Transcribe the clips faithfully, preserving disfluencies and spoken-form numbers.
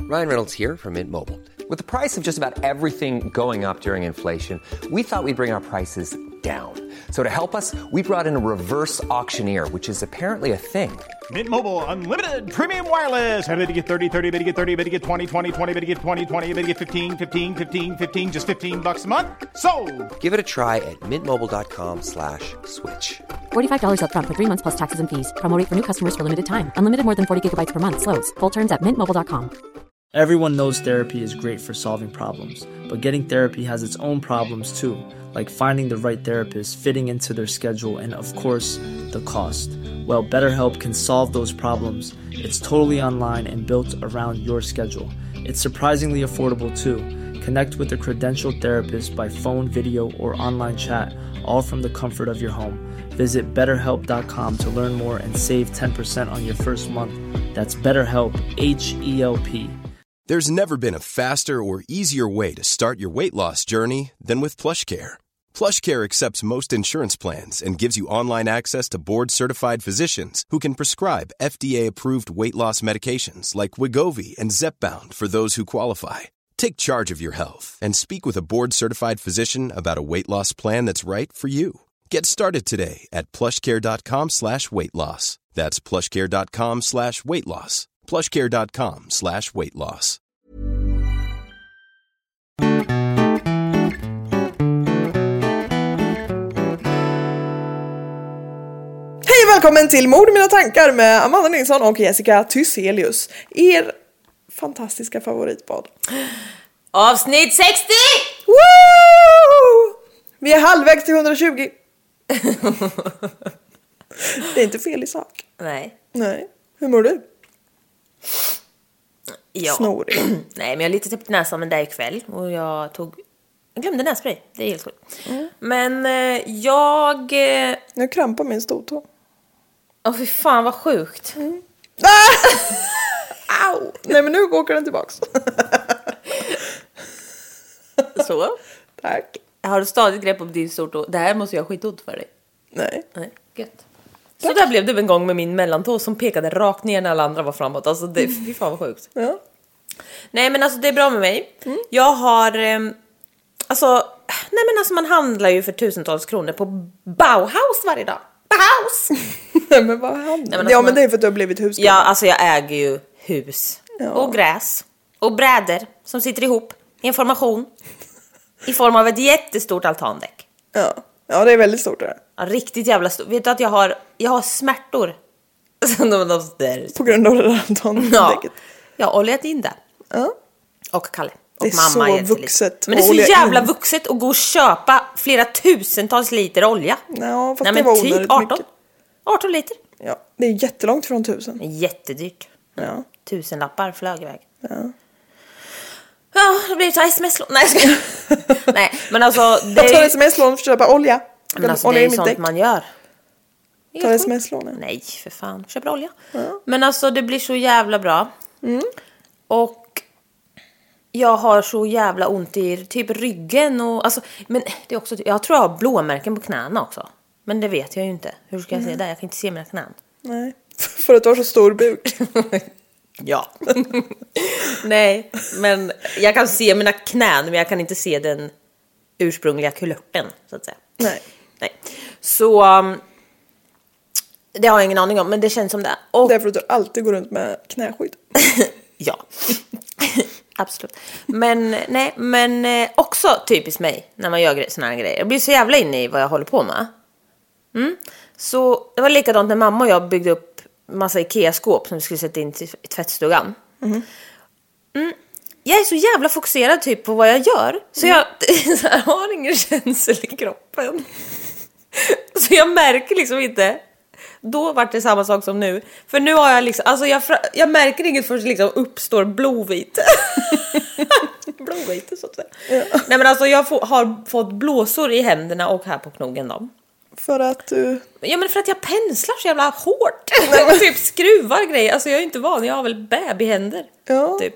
Ryan Reynolds here from Mint Mobile. With the price of just about everything going up during inflation, we thought we'd bring our prices down. So to help us, we brought in a reverse auctioneer, which is apparently a thing. Mint Mobile Unlimited Premium Wireless. How to get thirty, thirty, how to get thirty, how to get twenty, twenty, twenty, how to get twenty, twenty, how to get fifteen, fifteen, fifteen, fifteen, just fifteen bucks a month? Sold! Give it a try at mintmobile.com slash switch. forty-five dollars up front for three months plus taxes and fees. Promo rate for new customers for limited time. Unlimited more than forty gigabytes per month. Slows full terms at mint mobile dot com. Everyone knows therapy is great for solving problems, but getting therapy has its own problems too, like finding the right therapist, fitting into their schedule, and of course, the cost. Well, BetterHelp can solve those problems. It's totally online and built around your schedule. It's surprisingly affordable too. Connect with a credentialed therapist by phone, video, or online chat, all from the comfort of your home. Visit better help dot com to learn more and save ten percent on your first month. That's BetterHelp, H E L P. There's never been a faster or easier way to start your weight loss journey than with PlushCare. PlushCare accepts most insurance plans and gives you online access to board-certified physicians who can prescribe F D A-approved weight loss medications like Wegovy and Zepbound for those who qualify. Take charge of your health and speak with a board-certified physician about a weight loss plan that's right for you. Get started today at plushcare.com slash weight loss. That's plushcare.com slash weight loss. plushcare.com slash weight loss. Hej och välkommen till Mord i mina tankar med Amanda Nilsson och Jessica Thyselius. Er fantastiska favoritpodd. Avsnitt sextio! Woo! Vi är halvvägs till hundratjugo. Det är inte fel i sak. Nej. Nej. Hur mår du? Ja. Snorig. Nej, men jag har lite täppt näsan med dig ikväll. Och jag tog... Jag glömde nässpray. Det är helt sjukt. Mm. Men eh, jag... Eh... Nu krampar min stortå. Åh, fy fan vad sjukt. Mm. Ah! Au! Nej, men nu åker den tillbaks. Så. Tack. Har du stadigt grepp om din stortå? Det här måste jag skitont för dig. Nej. Nej, gött. Så där blev det en gång med min mellantå som pekade rakt ner när alla andra var framåt. Alltså det, fy fan vad sjukt. Ja. Nej, men alltså det är bra med mig. Mm. Jag har... Eh, alltså... Nej, men alltså man handlar ju för tusentals kronor på Bauhaus varje dag. Bauhaus! Nej, men vad handlar? Nej, men alltså ja, men det är för att du har blivit husgård. Ja, alltså jag äger ju hus. Ja. Och gräs. Och brädor som sitter ihop. Information. I form av ett jättestort altandäck. Ja. Ja, det är väldigt stort det. Ja, riktigt jävla stort. Vet du att jag har, jag har smärtor? På grund av det där altandäcket. Ja, jag har oljat in det. Ja. Och Kalle. Och det är mamma så vuxet. Men det är så jävla in. vuxet att gå och köpa flera tusentals liter olja. Ja, fast Nej, det men var typ arton. mycket. arton liter. Ja, det är jättelångt från tusen. Jättedyrt. Ja. Tusen lappar flög iväg. Ja. Ja, det blir ett sms-lån. Nej, jag ska... Nej, men alltså... Det jag tar sms-lån för att köpa olja. Men alltså, olja det är sånt däck. Man gör. Tar sms-lån? Nej, för fan. Köper olja. Ja. Men alltså, det blir så jävla bra. Mm. Och jag har så jävla ont i typ ryggen. Och, alltså, men det är också... Jag tror jag har blåmärken på knäna också. Men det vet jag ju inte. Hur ska jag mm. se det? Jag kan inte se mina knän. Nej, för att du har så stor buk. Ja. Nej, men jag kan se mina knän, men jag kan inte se den ursprungliga kulörten, så att säga. Nej. Nej. Så um, det har jag ingen aning om, men det känns som det. Och... Det är för att du alltid går runt med knäskydd. Ja. Absolut. Men nej, men eh, också typiskt mig när man gör såna här grejer. Jag blir så jävla inne i vad jag håller på med. Mm. Så det var likadant när mamma och jag byggde upp massa Ikea-skåp som vi skulle sätta in i tvättstugan. Mm. Mm. Jag är så jävla fokuserad typ på vad jag gör. Så jag, så jag har ingen känsel i kroppen. Så jag märker liksom inte. Då var det samma sak som nu. För nu har jag liksom, alltså jag, jag märker inget förrän det liksom uppstår blodvite. Blodvite så att säga. Ja. Nej men alltså jag får, har fått blåsor i händerna och här på knogen då. För att du... Ja men för att jag penslar så jävla hårt. Och typ skruvar grejer. Alltså jag är inte van, jag har väl babyhänder. Ja. Typ.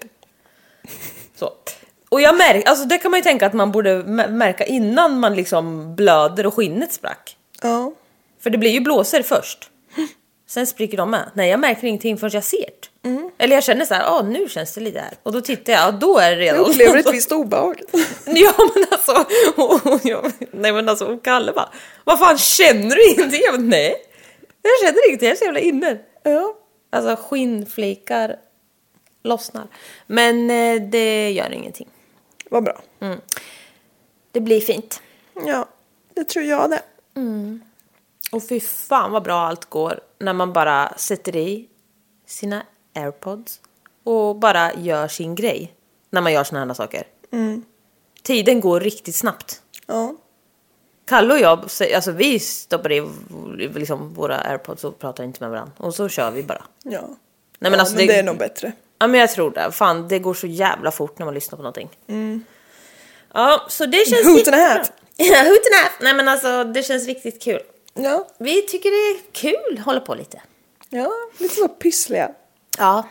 Så. Och jag märker, alltså det kan man ju tänka att man borde märka innan man liksom blöder och skinnet sprack. Ja. För det blir ju blåsor först. Sen spricker de med. Nej, jag märker ingenting förrän jag ser det. Mm. Eller jag känner så här, åh, nu känns det lite här. Och då tittar jag, och då är det redan. Jag upplever ett visst obehag. Ja, men alltså, och, och, ja, nej men alltså, och Kalle bara, vad fan, känner du ingenting? Jag bara, nej, jag känner ingenting, jag är så jävla inne. Ja. Alltså, skinnflikar lossnar. Men eh, det gör ingenting. Vad bra. Mm. Det blir fint. Ja, det tror jag det. Mm. Och fy fan vad bra allt går när man bara sätter i sina AirPods och bara gör sin grej när man gör såna här saker. Mm. Tiden går riktigt snabbt. Ja. Kalle och jag, alltså vi stoppar i liksom våra AirPods och pratar inte med varandra. Och så kör vi bara. Ja, Nej, men, ja, alltså, men det, det är nog bättre. Ja, men jag tror det. Fan, det går så jävla fort när man lyssnar på någonting. Mm. Ja, så det känns Hoot and a half. Ja, hoot and a half. Nej, men alltså, det känns riktigt kul. Ja. Vi tycker det är kul att hålla på lite. Ja, lite så pyssliga. Ja.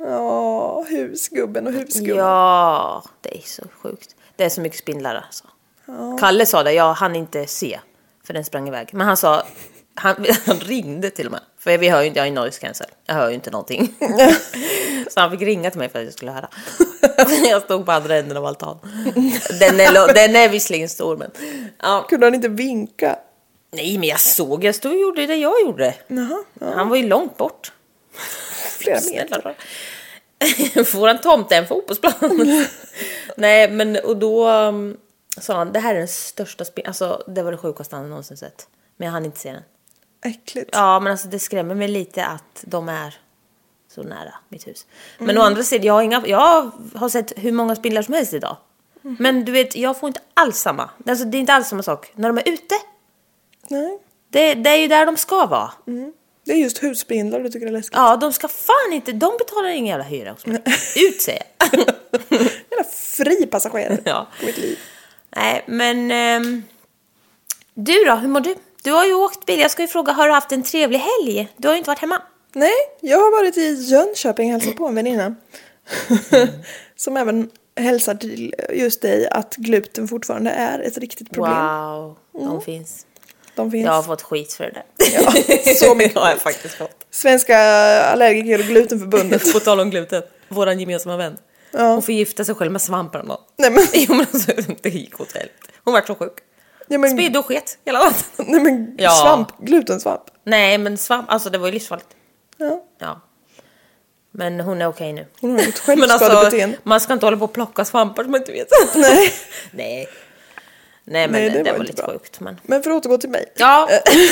Ja, husgubben och husgubben. Ja, det är så sjukt. Det är så mycket spindlar alltså. Ja. Kalle sa det, jag hann inte se. För den sprang iväg. Men han sa, han, han ringde till och med. För vi hör ju inte, jag har ju noise cancel. Jag hör ju inte någonting. Så han fick ringa till mig för att jag skulle höra. Jag stod på andra änden av altan. Den är, den är visserligen stor, men... Ja. Kunde han inte vinka? Nej, men jag såg, jag stod och gjorde det jag gjorde. Jaha, ja. Han var ju långt bort. Flera meter. Får han tomte en fotbollsplan? Nej, men och då um, sa han, det här är den största spin... Alltså, det var det sjukaste han någonsin sett. Men jag hann inte se den. Äckligt. Ja, men alltså det skrämmer mig lite att de är så nära mitt hus. Men mm. å andra sidan, jag har, inga, jag har sett hur många spindlar som helst idag. Mm. Men du vet, jag får inte alls samma. Alltså, det är inte alls samma sak. När de är ute. Nej. Det, det är ju där de ska vara. Mm. Det är just husspindlar du tycker det är läskigt. Ja, de ska fan inte, de betalar ingen jävla hyra hos mig. Ut, säger jag. Jävla fri passagerare. Ja. På mitt liv. Nej, men um, du då, hur mår du? Du har ju åkt bil, jag ska ju fråga, har du haft en trevlig helg? Du har ju inte varit hemma. Nej, jag har varit i Jönköping och hälsat på en väninna. Mm. Som även hälsar till just dig att gluten fortfarande är ett riktigt problem. Wow, de mm. finns. De finns. Jag har fått skit för det. Ja, så mycket har jag faktiskt fått. Svenska allergiker och glutenförbundet. På tal om gluten, våran gemensamma vän. Ja. Hon förgiftade sig själv med svamparna. Nej, men... Jo, men alltså, det gick åt helvete. Hon var så sjuk. Ja, men... Spydde och sket hela natten. Nej, men ja. svamp, glutensvamp. Nej, men svamp, alltså det var ju livsfarligt. Ja. Ja. Men hon är okej nu. Hon har ett självskadebeteende. Alltså, man ska inte hålla på och plocka svampar som man inte vet. Nej. Nej. Nej, men Nej, det, det, det var, var lite bra. sjukt. Men... men för att återgå till mig. Ja.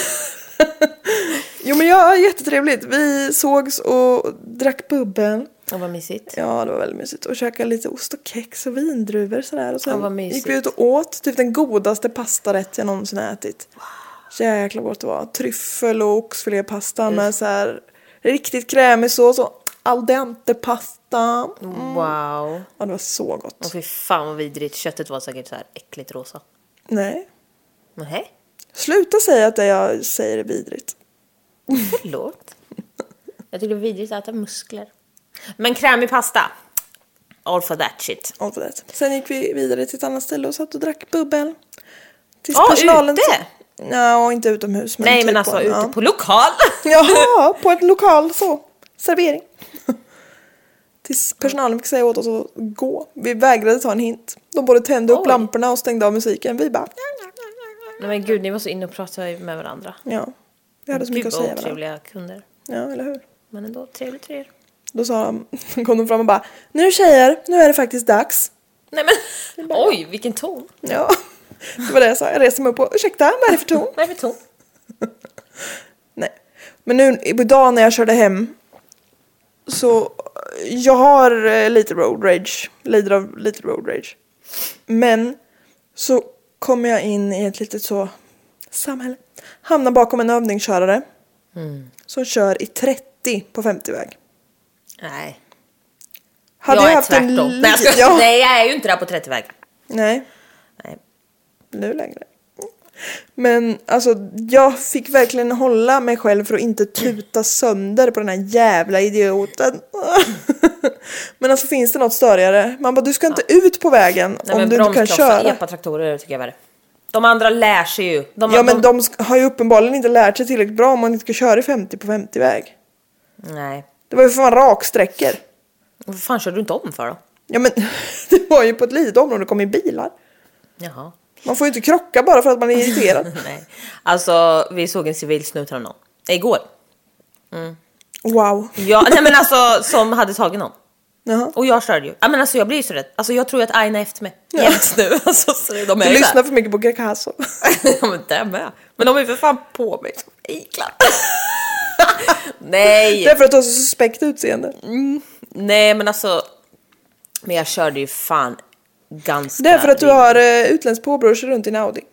Jo, men ja, jättetrevligt. Vi sågs och drack bubbel. Det var mysigt. Ja, det var väldigt mysigt. Och käkade lite ost och kex och vindruvor sådär. Och sen det var mysigt. gick vi ut och åt typ den godaste pastarätt jag någonsin ätit. Wow. Jäkla gott det var. Tryffel och oxfilépasta mm. med så här riktigt krämig sås och al dente pasta. Mm. Wow. Ja, det var så gott. Och fy fan vad vidrigt. Köttet var säkert så här äckligt rosa. Nej. Nej. Sluta säga att det jag säger är vidrigt. Förlåt. Jag tycker det är vidrigt att äta muskler. Men krämig pasta. All for that shit. All for that. Sen gick vi vidare till ett annat ställe och satt och drack bubbel. Tills oh, personalen ute? Ja, inte utomhus. Men Nej, typ men alltså på, ute ja. på lokal. Jaha, på ett lokal så. Servering. Tills personalen fick säga åt oss att gå. Vi vägrade ta en hint. De både tände upp Oj. lamporna och stängde av musiken. Vi bara... Nej, men gud, ni var så inne och pratade med varandra. Ja, vi hade så mycket att säga. Gud, trevliga kunder. Ja, eller hur? Men ändå, trevligt för er. Då sa de, kom de fram och bara, nu tjejer, nu är det faktiskt dags. Nej men, bara, oj, vilken ton. Ja, det var det jag sa. Jag reser mig upp och, ursäkta, vad är det för ton? Vad är det för ton? Nej, men nu, idag när jag körde hem, så jag har lite road rage, lider av lite road rage. Men så kommer jag in i ett litet så samhälle. Hamnar bakom en övningskörare mm. som kör i trettio på femtio-väg. Nej. Hade jag, jag är haft tvärtom. en li- Nej, jag, ska... ja. Nej, jag är ju inte där på trettio-väg. Nej. Nej. Nu längre. Men alltså, jag fick verkligen hålla mig själv för att inte tuta sönder på den här jävla idioten. Men alltså, finns det något störigare? Man bara, du ska inte ja. ut på vägen. Nej, om du inte kan köra. Epa-traktorer tycker jag värre. De andra lär sig ju. De, ja, men de... de har ju uppenbarligen inte lärt sig tillräckligt bra om man inte ska köra i femtio på femtio-väg. Nej. Det var ju fan raksträckor. Vad fan körde du inte om för då? Ja, men det var ju på ett litet område, det kom i bilar. Jaha. Man får ju inte krocka bara för att man är irriterad. Nej. Alltså, vi såg en civil snuta av någon. Igår. Mm. Wow. Ja, nej men alltså, som hade tagit någon. Jaha. Och jag körde ju. Ja, men alltså jag blir ju så rädd. Alltså jag tror att Aina är efter mig. Ja. Jämt nu. Alltså, så de är du lyssnar där. för mycket på Grecaso. Ja, men det med. Men de är för fan på mig. Iklar. Nej. Det är för att du har så suspekt utseende. Mm. Nej, men alltså. Men jag körde ju fan ganska. Det är för att du har uh, utländsk påbrorsa runt i en Audi.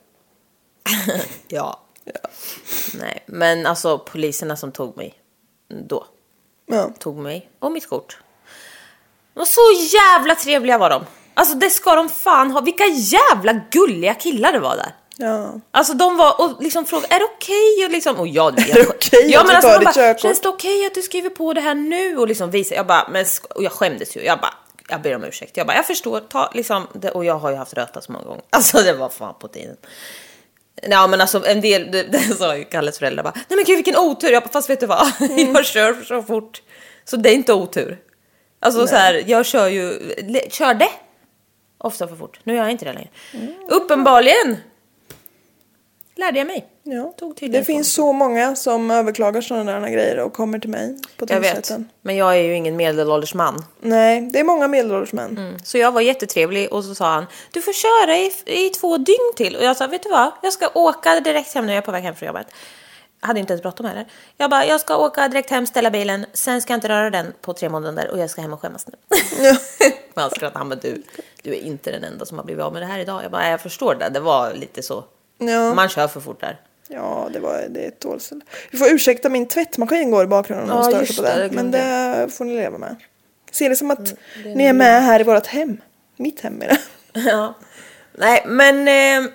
Ja. Ja. Nej, men alltså poliserna som tog mig då. Ja. Tog mig och mitt kort. Och så jävla trevliga var de. Alltså det ska de fan ha. Vilka jävla gulliga killar det var där. Ja. Alltså de var och liksom frågade, är det okej? Okay? Och liksom, och jag, är det okej okay ja, att men du alltså, tar de ditt bara, körkort? känns det okej okay att du skriver på det här nu? Och liksom visa, jag bara, men och jag skämdes ju. Jag bara, jag ber om ursäkt. Jag bara, jag förstår, ta liksom det, och jag har ju haft röta så många gånger. Alltså det var fan på tiden. Ja, men alltså en del, det, det sa ju Kalles föräldrar bara, nej men gud vilken otur. Jag bara, fast vet du vad? Mm. Jag kör så fort. Så det är inte otur. Alltså nej. Så här, jag kör ju, körde ofta för fort. Nu gör jag inte det längre. Mm. Uppenbarligen lärde jag mig. Ja. Tog det finns så många som överklagar sådana där grejer och kommer till mig på tingsrätten. Jag vet, men jag är ju ingen medelålders man. Nej, det är många medelålders män. Mm. Så jag var jättetrevlig och så sa han, du får köra i, i två dygn till. Och jag sa, vet du vad? Jag ska åka direkt hem när jag är på väg hem från jobbet. Jag hade inte ens bråttom heller. Jag bara, jag ska åka direkt hem, ställa bilen. Sen ska jag inte röra den på tre månader och jag ska hem och skämmas nu. Ja. Men han skrattade, men du, du är inte den enda som har blivit av med det här idag. Jag bara, jag förstår det, det var lite så. Ja. Man kör för fort där. Ja, det var det är ett tålsel. Vi får ursäkta, min tvättmaskin går i bakgrunden och ja, stör sig på det. Men det får ni leva med. Ser det som att mm, ni är med här i vårt hem. Mitt hem är det. Ja. Nej, men eh,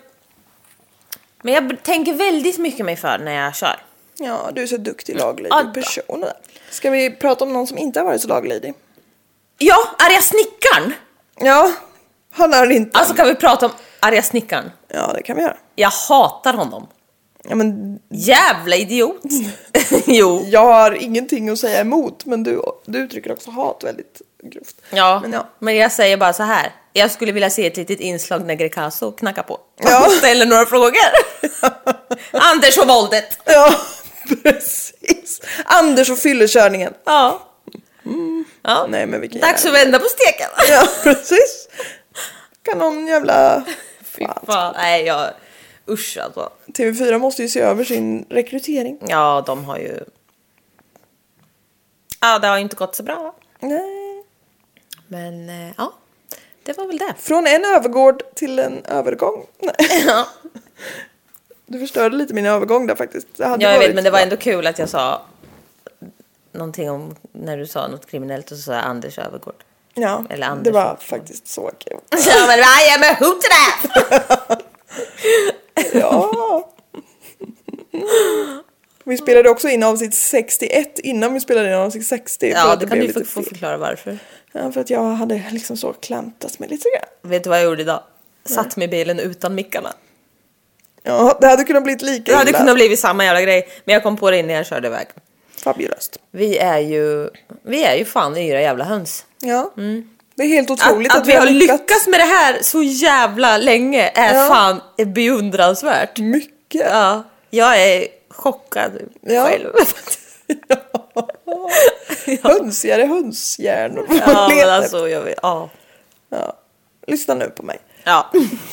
men jag tänker väldigt mycket mig för när jag kör. Ja, du är så duktig laglydig ja, person. Ska vi prata om någon som inte har varit så laglydig? Ja, arga snickaren. Ja, han har inte. Alltså kan vi prata om arga snickaren? Ja, det kan vi göra. Jag hatar honom. Ja, men... Jävla idiot. Jo. Jag har ingenting att säga emot, men du, du uttrycker också hat väldigt grovt. Ja, men, ja, men jag säger bara så här. Jag skulle vilja se ett litet inslag när Grecaso knackar på. Ja. Och ställer några frågor. Anders och våldet. Ja, precis. Anders och fyllekörningen. Ja. Mm. Ja. Nej, men vilken dags jävla... att vända på steken. Ja, precis. Kan någon jävla... Fy fan. Nej, jag... Usch alltså. T V fyra måste ju se över sin rekrytering. Ja, de har ju... Ja, det har ju inte gått så bra, va? Nej. Men, ja. Det var väl det. Från en övergård till en övergång. Nej. Ja. Du förstörde lite min övergång där faktiskt. Det hade ja, jag vet, men det var ändå kul att jag sa någonting om när du sa något kriminellt och så sa jag Anders övergård. Ja, eller Anders det var faktiskt så kul. Ja, men I am a hooter. Ja. Vi spelade också in avsnitt sextioett innan vi spelade in avsnitt sextio. Ja, det kan du få, få förklara varför. Ja, för att jag hade liksom så klantat mig lite grann. Vet du vad jag gjorde idag? Satt med bilen utan mickarna. Ja, det hade kunnat bli lika illa. Det hade kunnat bli samma jävla grej. Men jag kom på det innan jag körde iväg. Fabulöst. Vi är ju, vi är ju fan yra jävla höns. Ja, mm. Det är helt otroligt att, att, att vi har lyckats. lyckats med det här så jävla länge är ja. fan beundransvärt. Mycket. Ja, jag är chockad ja. själv. Ja. Hönsigare hönshjärnor. Ja, men alltså, jag vet, ja. Ja. Lyssna nu på mig. Ja.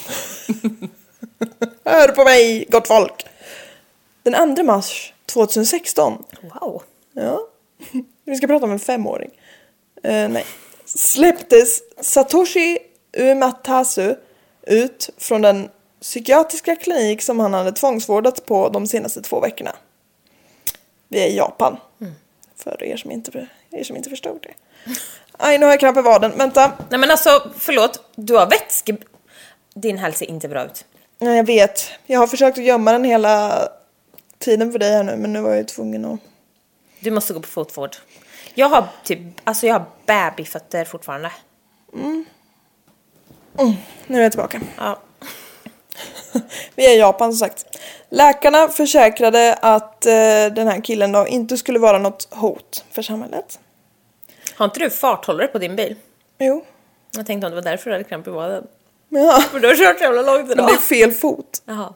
Hör på mig, gott folk. Den andra mars tjugohundrasexton. Wow. Ja. Vi ska prata om en femåring. Uh, nej. Släpptes Satoshi Uematsu ut från den psykiatriska klinik som han hade tvångsvårdats på de senaste två veckorna. Vi är i Japan. Mm. För er som inte, er som inte förstod det. Aj, nu har jag kramp i vaden. Vänta. Nej, men alltså, förlåt. Du har vätske... Din hals ser inte bra ut. Nej, jag vet. Jag har försökt att gömma den hela tiden för dig här nu. Men nu var jag tvungen att... Du måste gå på fotvård. Jag har typ... Alltså, jag har babyfötter fortfarande. Mm. Mm. Nu är jag tillbaka. Ja. Vi är i Japan som sagt. Läkarna försäkrade att eh, den här killen då inte skulle vara något hot för samhället. Har inte du farthållare på din bil? Jo. Jag tänkte om det var därför du hade kramp i vaden. Ja. För du har kört så jävla långt idag. Men det är fel fot. Jaha.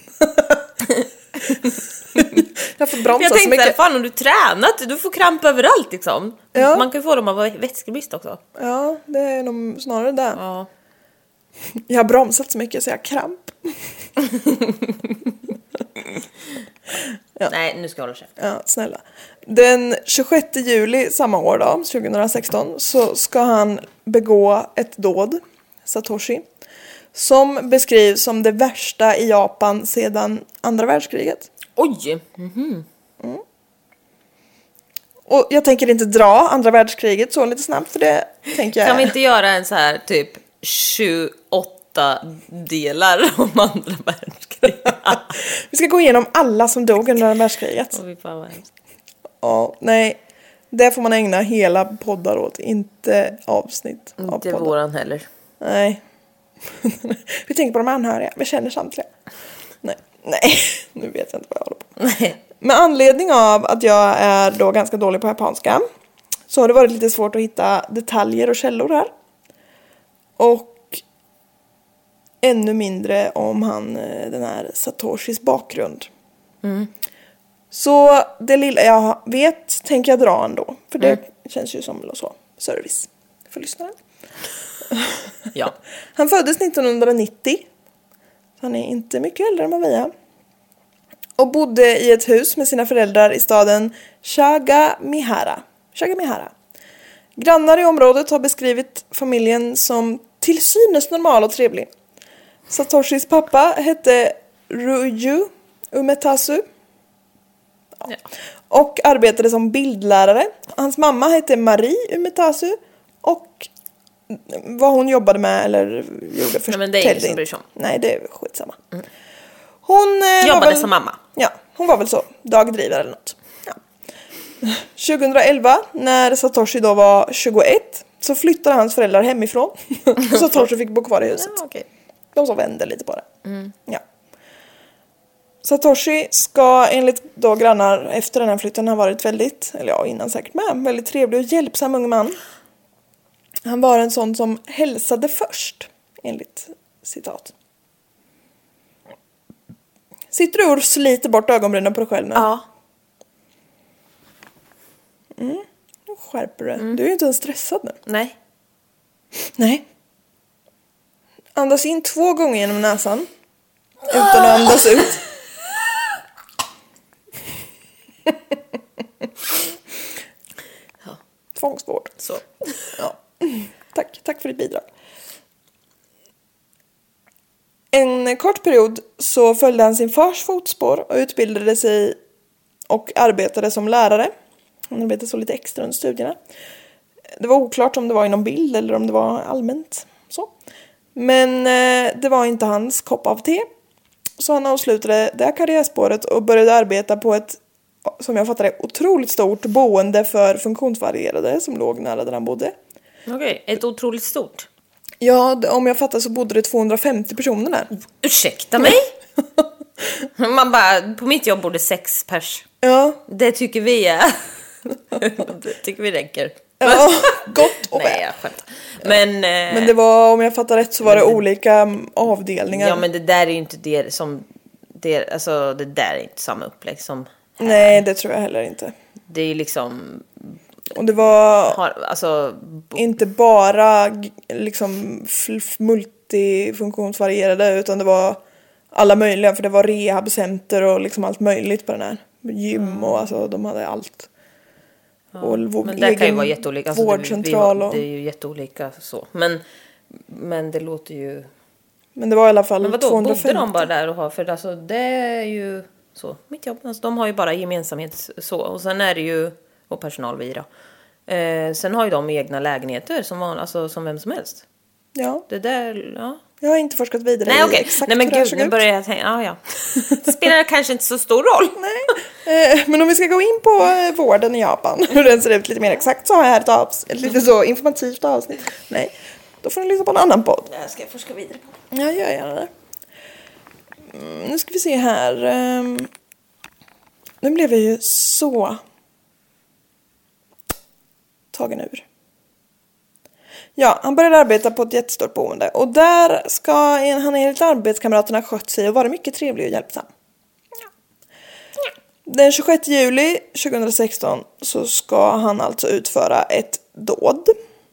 Jag får bromsa Jag så tänkte mycket. såhär, fan om du tränat, du får kramp överallt liksom. Ja. Man kan ju få dem av vätskebrist också. Ja, det är nog snarare det. Ja. Jag har bromsat så mycket så jag har kramp. Ja. Nej, nu ska jag hålla käft. Ja, snälla. Den tjugosjätte juli samma år då, tjugohundrasexton, så ska han begå ett dåd, Satoshi, som beskrivs som det värsta i Japan sedan andra världskriget. Oj! Mm-hmm. Mm. Och jag tänker inte dra andra världskriget så lite snabbt, för det tänker jag... Kan vi inte göra en så här typ tjugoåtta delar om andra världskriget? Vi ska gå igenom alla som dog under andra världskriget. Åh, fan vad hemskt. Ja, nej. Det får man ägna hela poddar åt, inte avsnitt av Inte poddar. våran heller. Nej. Vi tänker på de anhöriga. Vi känner samtliga. Nej, nej. Nu vet jag inte vad jag håller på. Nej. Med anledning av att jag är då ganska dålig på japanska så har det varit lite svårt att hitta detaljer och källor här. Och ännu mindre om han, den här Satoshis bakgrund. Mm. Så det lilla jag vet tänker jag dra ändå. För det mm. känns ju som så, service för lyssnaren. Ja. Han föddes nittonhundranittio. Så han är inte mycket äldre än vad vi är. Och bodde i ett hus med sina föräldrar i staden Sagamihara. Sagamihara. Grannar i området har beskrivit familjen som till synes normal och trevlig. Satoshis pappa hette Ryuji Umetasu. Ja. Ja. Och arbetade som bildlärare. Hans mamma hette Marie Umetasu. Och vad hon jobbade med eller gjorde för... Nej, men det är ingen som bryr sig om. Nej, det är skitsamma. Mm. Hon eh, jobbade väl, som mamma. Ja, hon var väl så. Dagdrivare eller något. Ja. tjugohundraelva, när Satoshi då var tjugoett, så flyttade hans föräldrar hemifrån. Och Satoshi fick bo kvar i huset. Ja, okay. De så vände lite på det. Mm. Ja. Satoshi ska enligt då grannar efter den här flytten ha varit väldigt, eller ja innan säkert med, väldigt trevlig och hjälpsam ung man. Han var en sån som hälsade först, enligt citat. Sitter du och sliter bort ögonbrynen på dig själv nu? Ja. Mm, nu skärper du. Mm. Du är ju inte ens stressad nu. Nej. Nej. Andas in två gånger genom näsan. Utan att andas ut. Ja. Tvångsvård. Så. Ja. Tack, tack för ditt bidrag. En kort period så följde han sin fars fotspår och utbildade sig och arbetade som lärare. Han arbetade så lite extra under studierna. Det var oklart om det var inom bild eller om det var allmänt så. Men eh, det var inte hans kopp av te. Så han avslutade det här karriärspåret och började arbeta på ett, som jag fattar det, otroligt stort boende för funktionsvarierade som låg nära där han bodde. Okej, okay. Ett otroligt stort. Ja, om jag fattar så bodde det tvåhundrafemtio personer där. Ursäkta mig? Man bara, på mitt jobb bodde sex pers. Ja. Det tycker vi är. Det tycker vi räcker. Ja, gott och väl. Nej, jag skämtar. Men, eh, men det var, om jag fattar rätt så var det, det olika avdelningar. Ja, men det där är ju inte det som det, alltså det där är inte samma upplägg som här. Nej, det tror jag heller inte. Det är ju liksom och det var har, alltså inte bara liksom multifunktionsvarierade utan det var alla möjliga, för det var rehabcenter och liksom allt möjligt på den här gym och alltså de hade allt. Ja, och men det kan ju vara jätteolika. Alltså, vårdcentral det, och... det är ju jätteolika så. Men, men det låter ju... Men det var i alla fall men vadå, tvåhundrafemtio. Bodde de bara där och har... För alltså, det är ju så. Mitt jobb, alltså, de har ju bara gemensamhet så. Och sen är det ju... Och personal vi då. Eh, sen har ju de egna lägenheter som, var, alltså, som vem som helst. Ja. Det där... Ja. Jag har inte forskat vidare. Nej, okej. Okay. Exakt Nej, men gud, nu ut. börjar jag tänka... Ja, ja. Det spelar kanske inte så stor roll. Nej. Eh, men om vi ska gå in på eh, vården i Japan, hur den ser ut lite mer exakt, så har jag här ett, avs- ett lite så informativt avsnitt. Nej, då får ni lyssna på en annan podd. Jag ska forska vidare på. Ja, gör gärna det. nu ska vi se här. Um, nu blev jag ju så tagen ur. Ja, han började arbeta på ett jättestort boende. Och där ska han enligt arbetskamraterna skött sig och varit mycket trevlig och hjälpsam. Den tjugosjätte juli tjugohundrasexton så ska han alltså utföra ett dåd.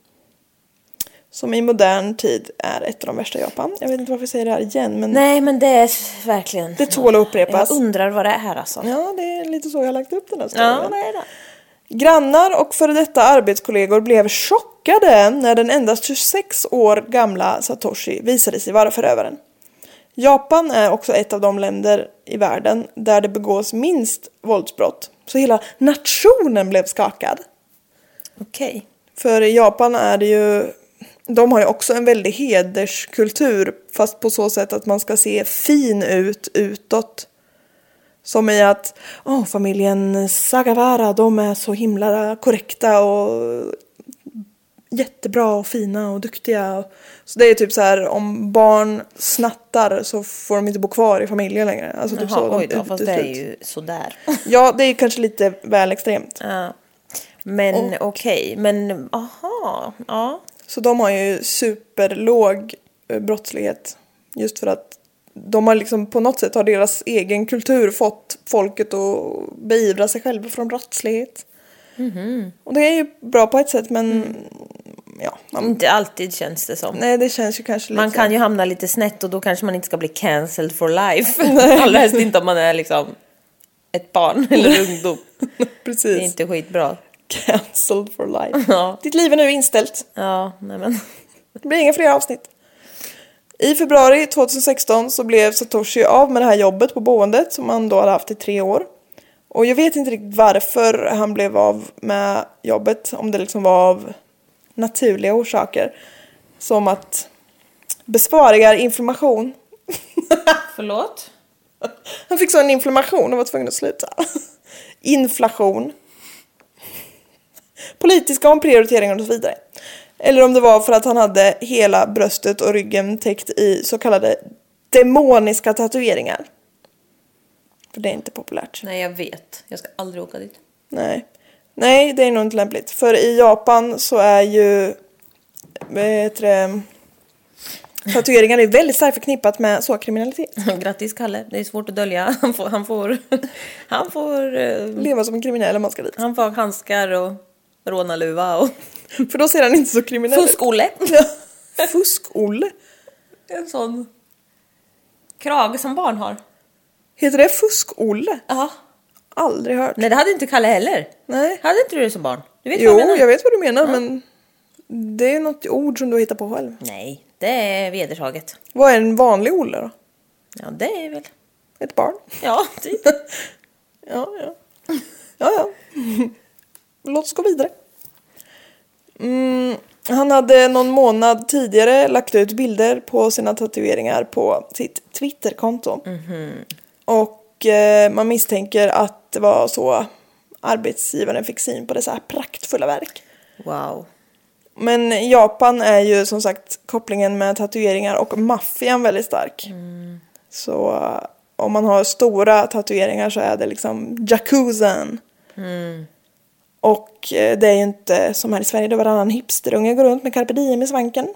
Som i modern tid är ett av de värsta i Japan. Jag vet inte varför jag säger det här igen. Men nej, men det är verkligen... det tål att upprepas. Jag undrar vad det är här alltså. Ja, det är lite så jag har lagt upp den här storyn. Ja, det är det. Grannar och före detta arbetskollegor blev chockade när den endast tjugosex år gamla Satoshi visade sig vara förövaren. Japan är också ett av de länder i världen där det begås minst våldsbrott. Så hela nationen blev skakad. Okej. Okay. För i Japan är det ju... de har ju också en väldig hederskultur. Fast på så sätt att man ska se fin ut utåt. Som i att oh, familjen Sagawara, de är så himla korrekta och jättebra och fina och duktiga. Så det är typ så här, om barn snattar så får de inte bo kvar i familjen längre. Alltså typ Jaha, så. Oj då, de, fast det är ju sådär. Ja, det är kanske lite väl extremt. Ja. Men okej, okay. Men aha, ja. Så de har ju superlåg brottslighet. Just för att de har liksom på något sätt har deras egen kultur fått folket att beivra sig själva från brottslighet. Mm-hmm. Och det är ju bra på ett sätt, men mm. ja. Man, inte alltid känns det som. Nej, det känns ju kanske lite... man kan ju hamna lite snett och då kanske man inte ska bli cancelled for life. Allra helst inte om man är liksom ett barn eller ungdom. Precis. Det är inte skitbra. Cancelled for life. Ja. Ditt liv är nu inställt. Ja, nej men. Det blir inga fler avsnitt. I februari tjugohundrasexton så blev Satoshi av med det här jobbet på boendet som han då hade haft i tre år. Och jag vet inte riktigt varför han blev av med jobbet. Om det liksom var av naturliga orsaker. Som att besvarigar inflammation. Förlåt? Han fick så en inflammation och var tvungen att sluta. Inflation. Politiska omprioriteringar och så vidare. Eller om det var för att han hade hela bröstet och ryggen täckt i så kallade demoniska tatueringar. För det är inte populärt. Nej, jag vet. Jag ska aldrig åka dit. Nej. Nej, det är nog inte lämpligt. För i Japan så är ju... Vet du, tatueringar är väldigt starkt förknippat med så kriminalitet. Grattis Kalle, det är svårt att dölja. Han får... Han får, han får uh, leva som en kriminell om man ska dit. Han får handskar och rånaluva och... För då ser han inte så kriminell ut. Fusk-Olle. Fusk-Olle? En sån krage som barn har. Heter det Fusk-Olle? Ja. Aldrig hört. Nej, det hade inte Kalle heller. Nej. Hade inte du det som barn? Du vet jo, vad jag menar. jag vet vad du menar, ja. Men det är något ord som du hittar på själv. Nej, det är vedertaget. Vad är en vanlig Olle då? Ja, det är väl... Ett barn? Ja, typ. ja, ja. Ja, ja. Låt oss gå vidare. Mm, han hade någon månad tidigare lagt ut bilder på sina tatueringar på sitt Twitterkonto. Mm-hmm. Och eh, man misstänker att det var så arbetsgivaren fick syn på dessa här praktfulla verk. Wow. Men Japan är ju som sagt kopplingen med tatueringar och maffian väldigt stark. Mm. Så uh, om man har stora tatueringar så är det liksom Yakuzan. Mm. Och eh, det är ju inte som här i Sverige där varannan hipsterunge går runt med carpe diem i svanken.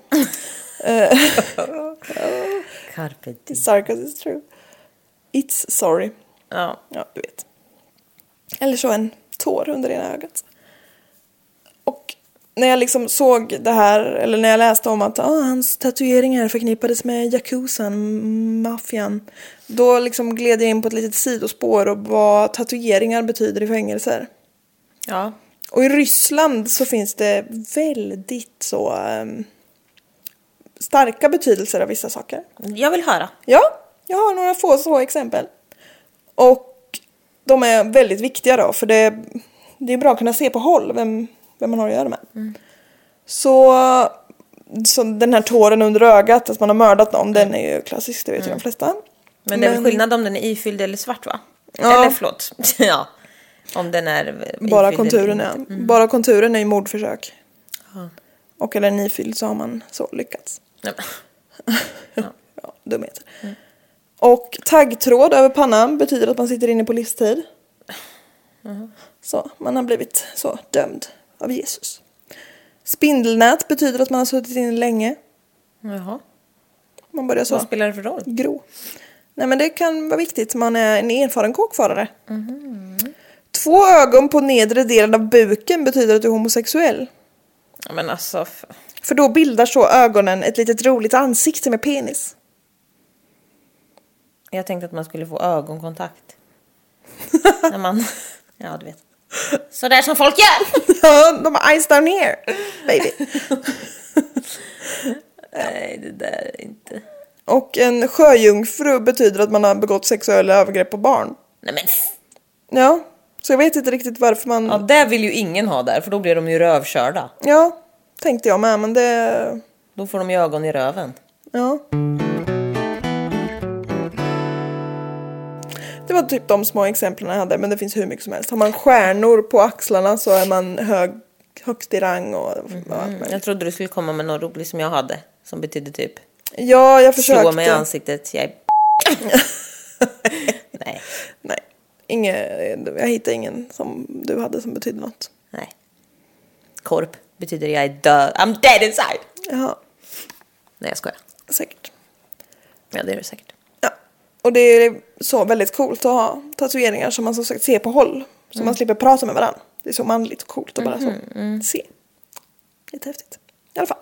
Carpe diem. Sarcasm is true. It's sorry. Ja. Ja, du vet. Eller så en tår under ena ögat. Och när jag liksom såg det här, eller när jag läste om att ah, hans tatueringar förknippades med Yakuzan, maffian, då liksom gled jag in på ett litet sidospår och vad tatueringar betyder i fängelser. Ja. Och i Ryssland så finns det väldigt så um, starka betydelser av vissa saker. Jag vill höra. Ja, jag har några få så exempel. Och de är väldigt viktiga då, för det, det är bra att kunna se på håll vem, vem man har att göra med. Mm. Så, så den här tåren under ögat, att man har mördat någon, mm. den är ju klassisk, det vet mm. ju de flesta. Men det är väl skillnad om den är ifylld eller svart, va? Ja. Eller förlåt. Ja. Om den är bara konturen, ja. Mm. Bara konturen är ju mordförsök. Ja. Och är den ifylld så har man så lyckats. Ja. Ja. Ja, dumheter. Mm. Och taggtråd över pannan betyder att man sitter inne på livstid. Mm. Så man har blivit så dömd av Jesus. Spindelnät betyder att man har suttit inne länge. Jaha. Man börjar så. Vad spelar det för roll? Gro. Nej, men det kan vara viktigt. Man är en erfaren kåkfarare. Mm. Två ögon på nedre delen av buken betyder att du är homosexuell. Ja, men alltså... För... för då bildar så ögonen ett litet roligt ansikte med penis. Jag tänkte att man skulle få ögonkontakt. När man... Ja, du vet. Så där som folk gör! Ja, de har eyes down here, baby. Nej, det där är inte... Och en sjöjungfru betyder att man har begått sexuella övergrepp på barn. Nej, men... Ja, så jag vet inte riktigt varför man... Ja, det vill ju ingen ha där, för då blir de ju rövkörda. Ja, tänkte jag med, men det... Då får de ju ögon i röven. Ja. Det var typ de små exemplen jag hade, men det finns hur mycket som helst. Har man stjärnor på axlarna så är man hög, högst i rang och... Mm, jag trodde du skulle komma med något roligt som jag hade, som betydde typ... Ja, jag försökte. Slå mig i ansiktet, jag är... Nej. Nej, inge, jag hittade ingen som du hade som betydde något. Nej. Korp betyder jag är död. I'm dead inside. Jaha. Nej, jag skojar. Säkert. Ja, det är det säkert. Ja, och det är så väldigt coolt att ha tatueringar som man som sagt ser på håll. Så mm. man slipper prata med varandra. Det är så manligt och coolt att bara mm-hmm. så mm. se. Lite häftigt. I alla fall.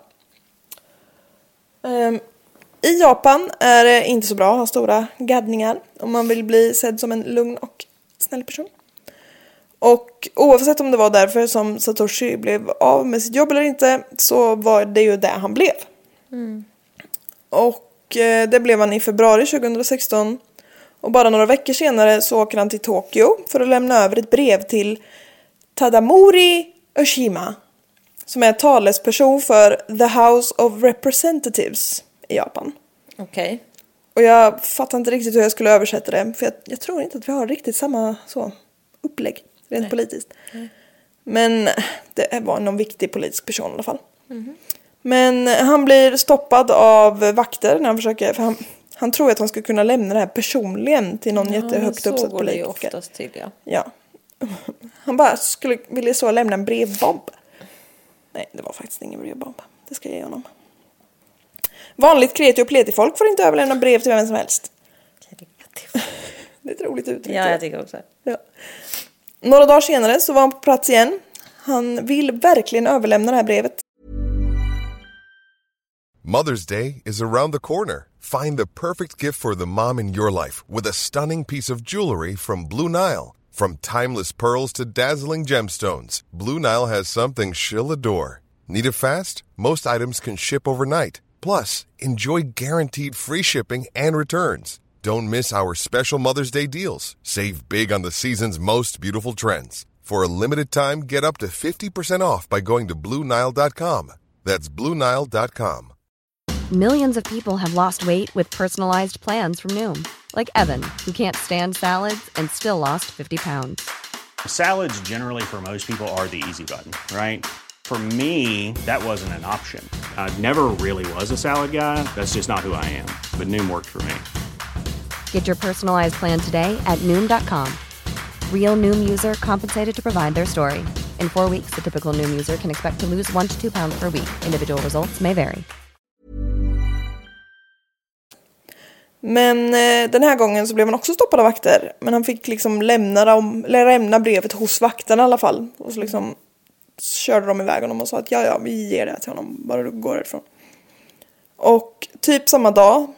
Um, I Japan är det inte så bra att ha stora gaddningar om man vill bli sedd som en lugn och snäll person. Och oavsett om det var därför som Satoshi blev av med sitt jobb eller inte, så var det ju det han blev. Mm. Och eh, det blev han i februari tjugohundrasexton. Och bara några veckor senare så åker han till Tokyo för att lämna över ett brev till Tadamori Oshima, som är talesperson för The House of Representatives i Japan. Okej. Okay. Och jag fattar inte riktigt hur jag skulle översätta det. För jag, jag tror inte att vi har riktigt samma så, upplägg rent Nej. politiskt. Nej. Men det var någon viktig politisk person i alla fall. Mm-hmm. Men han blir stoppad av vakter när han försöker... För han, han tror att han ska kunna lämna det här personligen till någon ja, jättehögt uppsatt politiker. Så går det ju oftast till, ja. Ja. Han bara skulle vilja så lämna en brevbomb. Nej, det var faktiskt ingen brevbomb. Det ska jag ge honom. Vanligt kreti och pleti folk får inte överlämna brev till vem som helst. Det är ett roligt uttryck. Ja, jag tycker också. Ja. Några dagar senare så var han på plats igen. Han vill verkligen överlämna det här brevet. Mother's Day is around the corner. Find the perfect gift for the mom in your life with a stunning piece of jewelry from Blue Nile. From timeless pearls to dazzling gemstones, Blue Nile has something she'll adore. Need it fast? Most items can ship overnight. Plus, enjoy guaranteed free shipping and returns. Don't miss our special Mother's Day deals. Save big on the season's most beautiful trends. For a limited time, get up to fifty percent off by going to Blue Nile dot com. That's Blue Nile dot com. Millions of people have lost weight with personalized plans from Noom. Like Evan, who can't stand salads and still lost fifty pounds. Salads generally for most people are the easy button, right? For me, that wasn't an option. I never really was a salad guy. That's just not who I am. But Noom worked for me. Get your personalized plan today at Noom dot com. Real Noom user compensated to provide their story. In four weeks, the typical Noom user can expect to lose one to two pounds per week. Individual results may vary. Men eh, den här gången så blev han också stoppad av vakter. Men han fick liksom lämna, dem, lämna brevet hos vakterna i alla fall. Och så liksom körde de iväg honom och sa att ja, ja, vi ger det till honom. Bara du går ifrån. Och typ samma dag,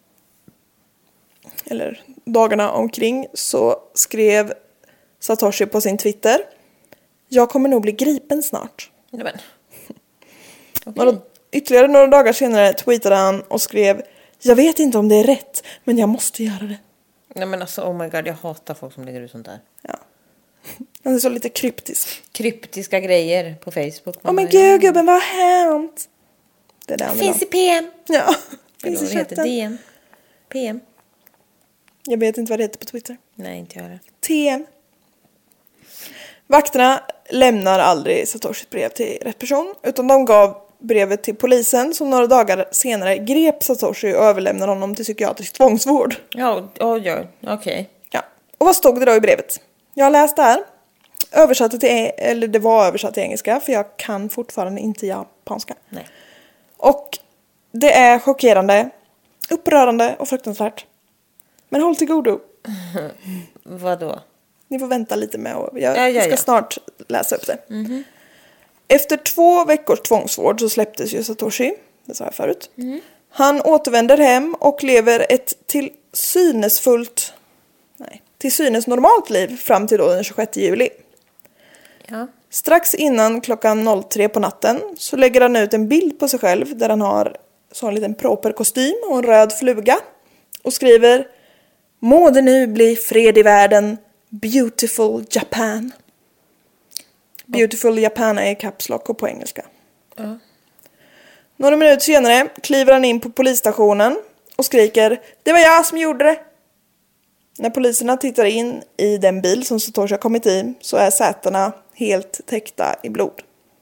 eller dagarna omkring, så skrev Satoshi på sin Twitter: jag kommer nog bli gripen snart. Ja, men. Okay. Några, ytterligare några dagar senare tweetade han och skrev: jag vet inte om det är rätt, men jag måste göra det. Nej, men alltså, oh my god, jag hatar folk som lägger ut sånt där. Ja. Han är så lite kryptisk. Kryptiska grejer på Facebook. Åh oh, men gud, gubben, vad har hänt? Det är det finns i P M. Ja, finns i chatten. D M. P M. Jag vet inte vad det heter på Twitter. Nej, inte jag heller. T M. Vakterna lämnar aldrig Satoshis brev till rätt person, utan de gav brevet till polisen som några dagar senare grep Satoshi och överlämnade honom till psykiatrisk tvångsvård. Ja, ja, ja okej. Okay. Ja. Och vad stod det då i brevet? Jag har läst det här. Översatte till, eller det var översatt till engelska, för jag kan fortfarande inte japanska. Nej. Och det är chockerande, upprörande och fruktansvärt. Men håll till godo. Vadå? Ni får vänta lite med och jag ja, ja, ska ja. snart läsa upp det. Mm-hmm. Efter två veckors tvångsvård så släpptes ju Satoshi, det sa jag förut. Mm. Han återvänder hem och lever ett till synes fullt, nej, till synes normalt liv fram till då den tjugosjätte juli. Ja. Strax innan klockan tre på natten så lägger han ut en bild på sig själv där han har så en liten proper kostym och en röd fluga och skriver: må det nu bli fred i världen, beautiful Japan. Beautiful Japan är caps lock och på engelska. Ja. Några minuter senare kliver han in på polisstationen och skriker: det var jag som gjorde det. När poliserna tittar in i den bil som Satoshi har kommit i så är sätena helt täckta i blod.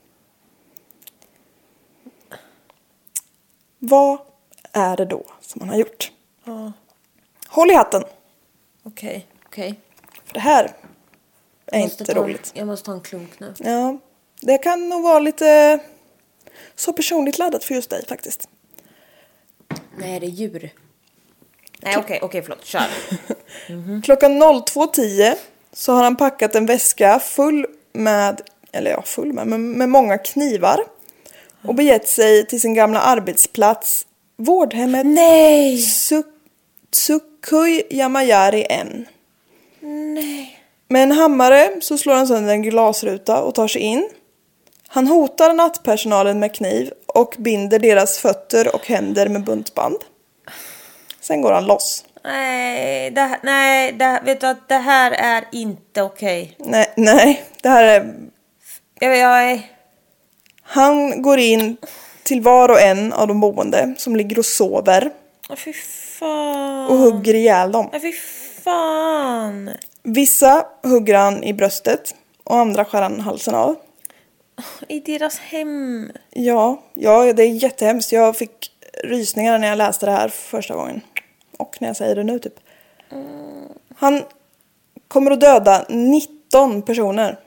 Vad är det då som han har gjort? Ja. Håll i hatten. Okej, okay, okej. Okay. För det här är inte inte ta, roligt. Jag måste ta en klunk nu. Ja, det kan nog vara lite så personligt laddat för just dig faktiskt. Nej, det är djur. Nej, okej, okay, okej, okay, förlåt. Kör. Mm-hmm. Klockan två tio så har han packat en väska full med, eller ja, full med, med, med många knivar och begett sig till sin gamla arbetsplats, vårdhemmet Nej! Tsukui Yamayari en. Nej. Med en hammare så slår han sönder en glasruta och tar sig in. Han hotar nattpersonalen med kniv och binder deras fötter och händer med buntband. Sen går han loss. Nej, det här, nej, det, vet du att det här är inte okej. Okay. Nej, nej, det här är... Jag, jag är... Han går in till var och en av de boende som ligger och sover. Åh, fy fan. Och hugger ihjäl dem. Åh, fy fan. Vissa hugger han i bröstet och andra skär han halsen av. I deras hem. Ja, ja, det är jättehemskt. Jag fick rysningar när jag läste det här första gången. Och när jag säger det nu typ. Mm. Han kommer att döda nitton personer.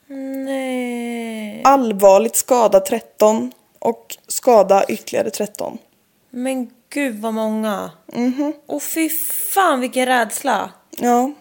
Nej. Allvarligt skada tretton. Och skada ytterligare tretton. Men gud vad många. Mhm. Och fy fan vilken rädsla. Ja.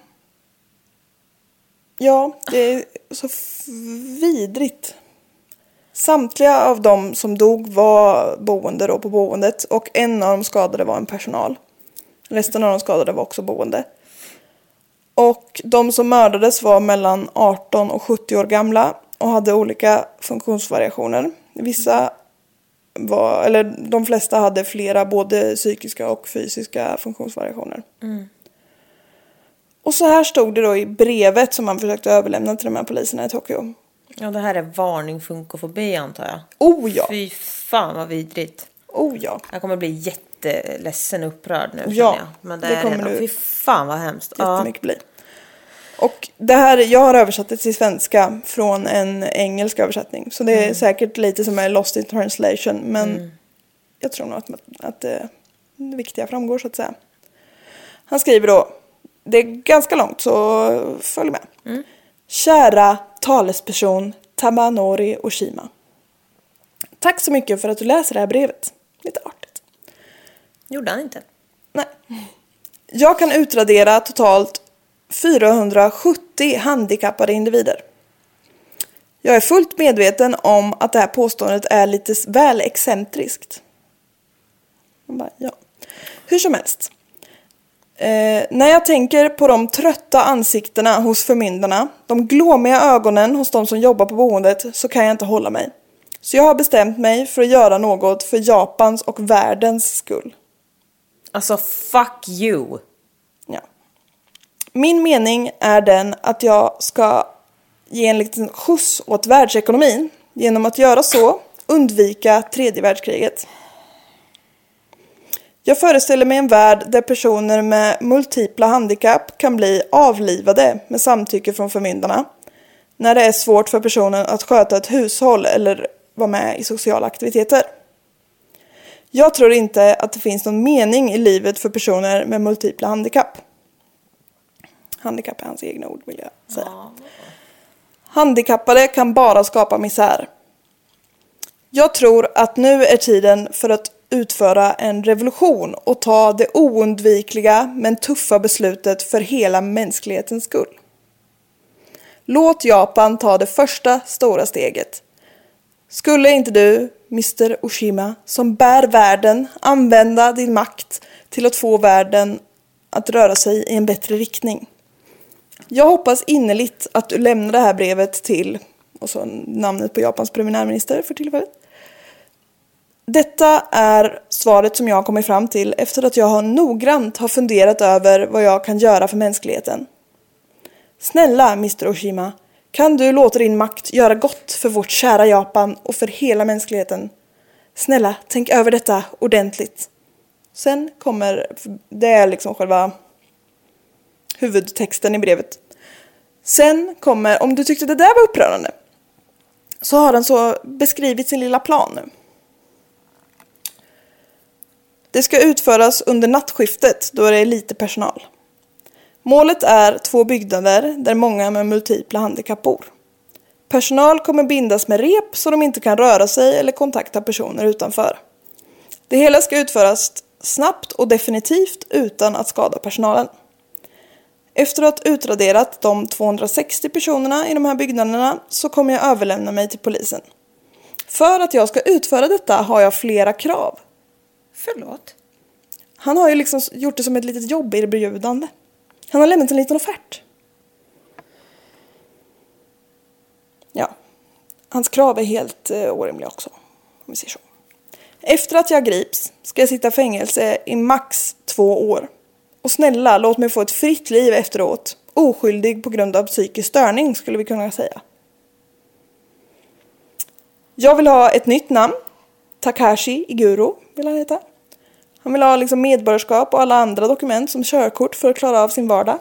Ja, det är så vidrigt. Samtliga av dem som dog var boende då på boendet. Och en av de skadade var en personal. Resten av de skadade var också boende. Och de som mördades var mellan arton och sjuttio år gamla. Och hade olika funktionsvariationer. Vissa var, eller de flesta hade flera både psykiska och fysiska funktionsvariationer. Mm. Och så här stod det då i brevet som man försökte överlämna till de här poliserna i Tokyo. Ja, det här är varning funkofobi antar jag. Oh ja. Fy fan vad vidrigt. Oh ja. Jag kommer bli jätteledsen och upprörd nu. Ja, jag. Men det, det är kommer redan. du. Fy fan vad hemskt. Jättemycket bli. Och det här, jag har översatt det till svenska från en engelsk översättning. Så det är mm. säkert lite som är lost in translation. Men mm. jag tror nog att, att det, det viktiga framgår så att säga. Han skriver då, det är ganska långt så följ med. Mm. Kära talesperson Tamanori Oshima. Tack så mycket för att du läser det här brevet. Lite artigt. Gjorde han inte? Nej. Jag kan utradera totalt fyrahundrasjuttio handikappade individer. Jag är fullt medveten om att det här påståendet är lite väl excentriskt. Bara, ja. Hur som helst. Eh, när jag tänker på de trötta ansiktena hos förmyndarna, de glåmiga ögonen hos de som jobbar på boendet, så kan jag inte hålla mig. Så jag har bestämt mig för att göra något för Japans och världens skull. Alltså, fuck you. Ja. Min mening är den att jag ska ge en liten skjuts åt världsekonomin genom att göra så undvika tredje världskriget. Jag föreställer mig en värld där personer med multipla handikapp kan bli avlivade med samtycke från förmyndarna när det är svårt för personen att sköta ett hushåll eller vara med i sociala aktiviteter. Jag tror inte att det finns någon mening i livet för personer med multipla handikapp. Handikapp är hans egna ord, vill jag säga. Ja. Handikappade kan bara skapa misär. Jag tror att nu är tiden för att utföra en revolution och ta det oundvikliga men tuffa beslutet för hela mänsklighetens skull. Låt Japan ta det första stora steget. Skulle inte du, mister Oshima, som bär världen, använda din makt till att få världen att röra sig i en bättre riktning? Jag hoppas innerligt att du lämnar det här brevet till, och så namnet på Japans premiärminister för tillfället. Detta är svaret som jag har kommit fram till efter att jag har noggrant har funderat över vad jag kan göra för mänskligheten. Snälla, mister Oshima, kan du låta din makt göra gott för vårt kära Japan och för hela mänskligheten? Snälla, tänk över detta ordentligt. Sen kommer, det är liksom själva huvudtexten i brevet. Sen kommer, om du tyckte det där var upprörande, så har han så beskrivit sin lilla plan nu. Det ska utföras under nattskiftet då det är lite personal. Målet är två byggnader där många med multipla handikapp bor. Personal kommer bindas med rep så de inte kan röra sig eller kontakta personer utanför. Det hela ska utföras snabbt och definitivt utan att skada personalen. Efter att ha utraderat de tvåhundrasextio personerna i de här byggnaderna så kommer jag överlämna mig till polisen. För att jag ska utföra detta har jag flera krav. Förlåt? Han har ju liksom gjort det som ett litet jobberbjudande. Han har lämnat en liten offert. Ja. Hans krav är helt eh, orimliga också. Om vi ser så. Efter att jag grips ska jag sitta i fängelse i max två år. Och snälla, låt mig få ett fritt liv efteråt. Oskyldig på grund av psykisk störning skulle vi kunna säga. Jag vill ha ett nytt namn. Takashi Iguro vill han heta. Han vill ha liksom medborgarskap och alla andra dokument som körkort för att klara av sin vardag.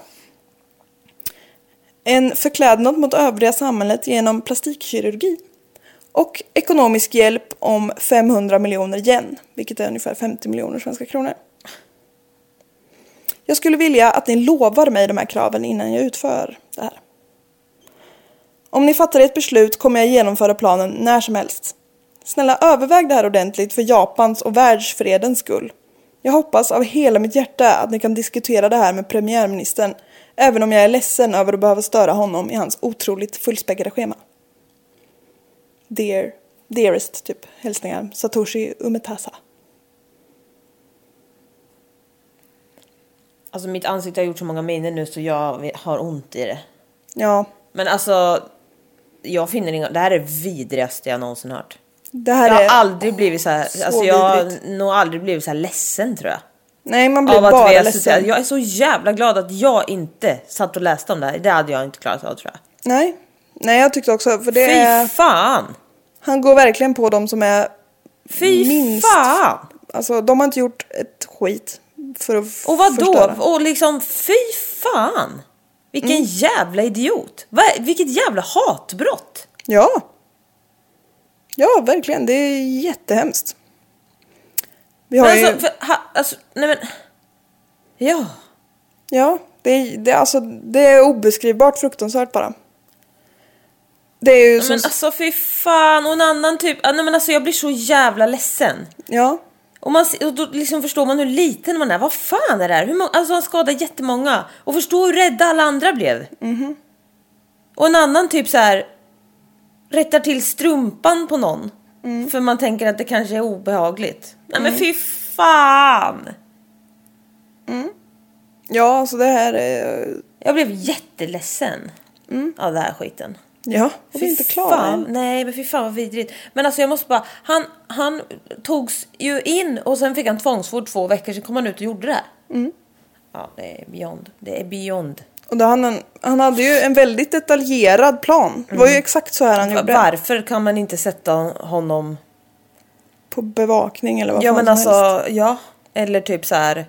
En förklädnad mot övriga samhället genom plastikkirurgi. Och ekonomisk hjälp om femhundra miljoner yen, vilket är ungefär femtio miljoner svenska kronor. Jag skulle vilja att ni lovar mig de här kraven innan jag utför det här. Om ni fattar ett beslut kommer jag genomföra planen när som helst. Snälla, överväg det här ordentligt för Japans och världsfredens skull. Jag hoppas av hela mitt hjärta att ni kan diskutera det här med premiärministern, även om jag är ledsen över att behöva störa honom i hans otroligt fullspäckade schema. Dear, dearest, typ, hälsningar, Satoshi Umetasa. Alltså mitt ansikte har gjort så många miner nu så jag har ont i det. Ja. Men alltså, jag finner inga, det här är det vidrigaste jag någonsin hört. Det här jag har är aldrig blivit så här, så alltså jag har vidrigt. nog aldrig blivit så här ledsen tror jag. Nej, man blir Av att bara vi ledsen. Jag är så jävla glad att jag inte satt och läste om det här. Det hade jag inte klarat av tror jag. Nej, nej jag tyckte också, för det Fy är... fan! Han går verkligen på dem som är Fy minst... fan! Alltså, de har inte gjort ett skit för att Och vad då? förstöra. Och liksom, fy fan! Vilken mm. jävla idiot! Va? Vilket jävla hatbrott! Ja. Ja, verkligen. Det är jättehemskt. Vi har men ju... alltså, för, ha, alltså, nej men... Ja. Ja, det är, det, är, alltså, det är obeskrivbart fruktansvärt bara. Det är ju men som... alltså, fy fan. Och en annan typ... Nej men alltså, jag blir så jävla ledsen. Ja. Och, man, och då liksom förstår man hur liten man är. Vad fan är det här? Hur många, alltså han skadade jättemånga. Och förstå hur rädda alla andra blev. Mm-hmm. Och en annan typ så här... rättar till strumpan på någon. Mm. För man tänker att det kanske är obehagligt. Nej mm. men fy fan. Mm. Ja, så det här är... Jag blev jätteledsen mm. av det här skiten. Ja, och vi är inte klara. Nej, men fy fan vad vidrigt. Men alltså jag måste bara... Han, han togs ju in och sen fick han tvångsvård två veckor. Sen kom han ut och gjorde det här. Mm. Ja, det är beyond. Det är beyond. Och då han, han hade ju en väldigt detaljerad plan. Det var ju exakt så här han gjorde. Varför kan man inte sätta honom... på bevakning eller vad ja, fan men som alltså, helst. Ja, eller typ så här...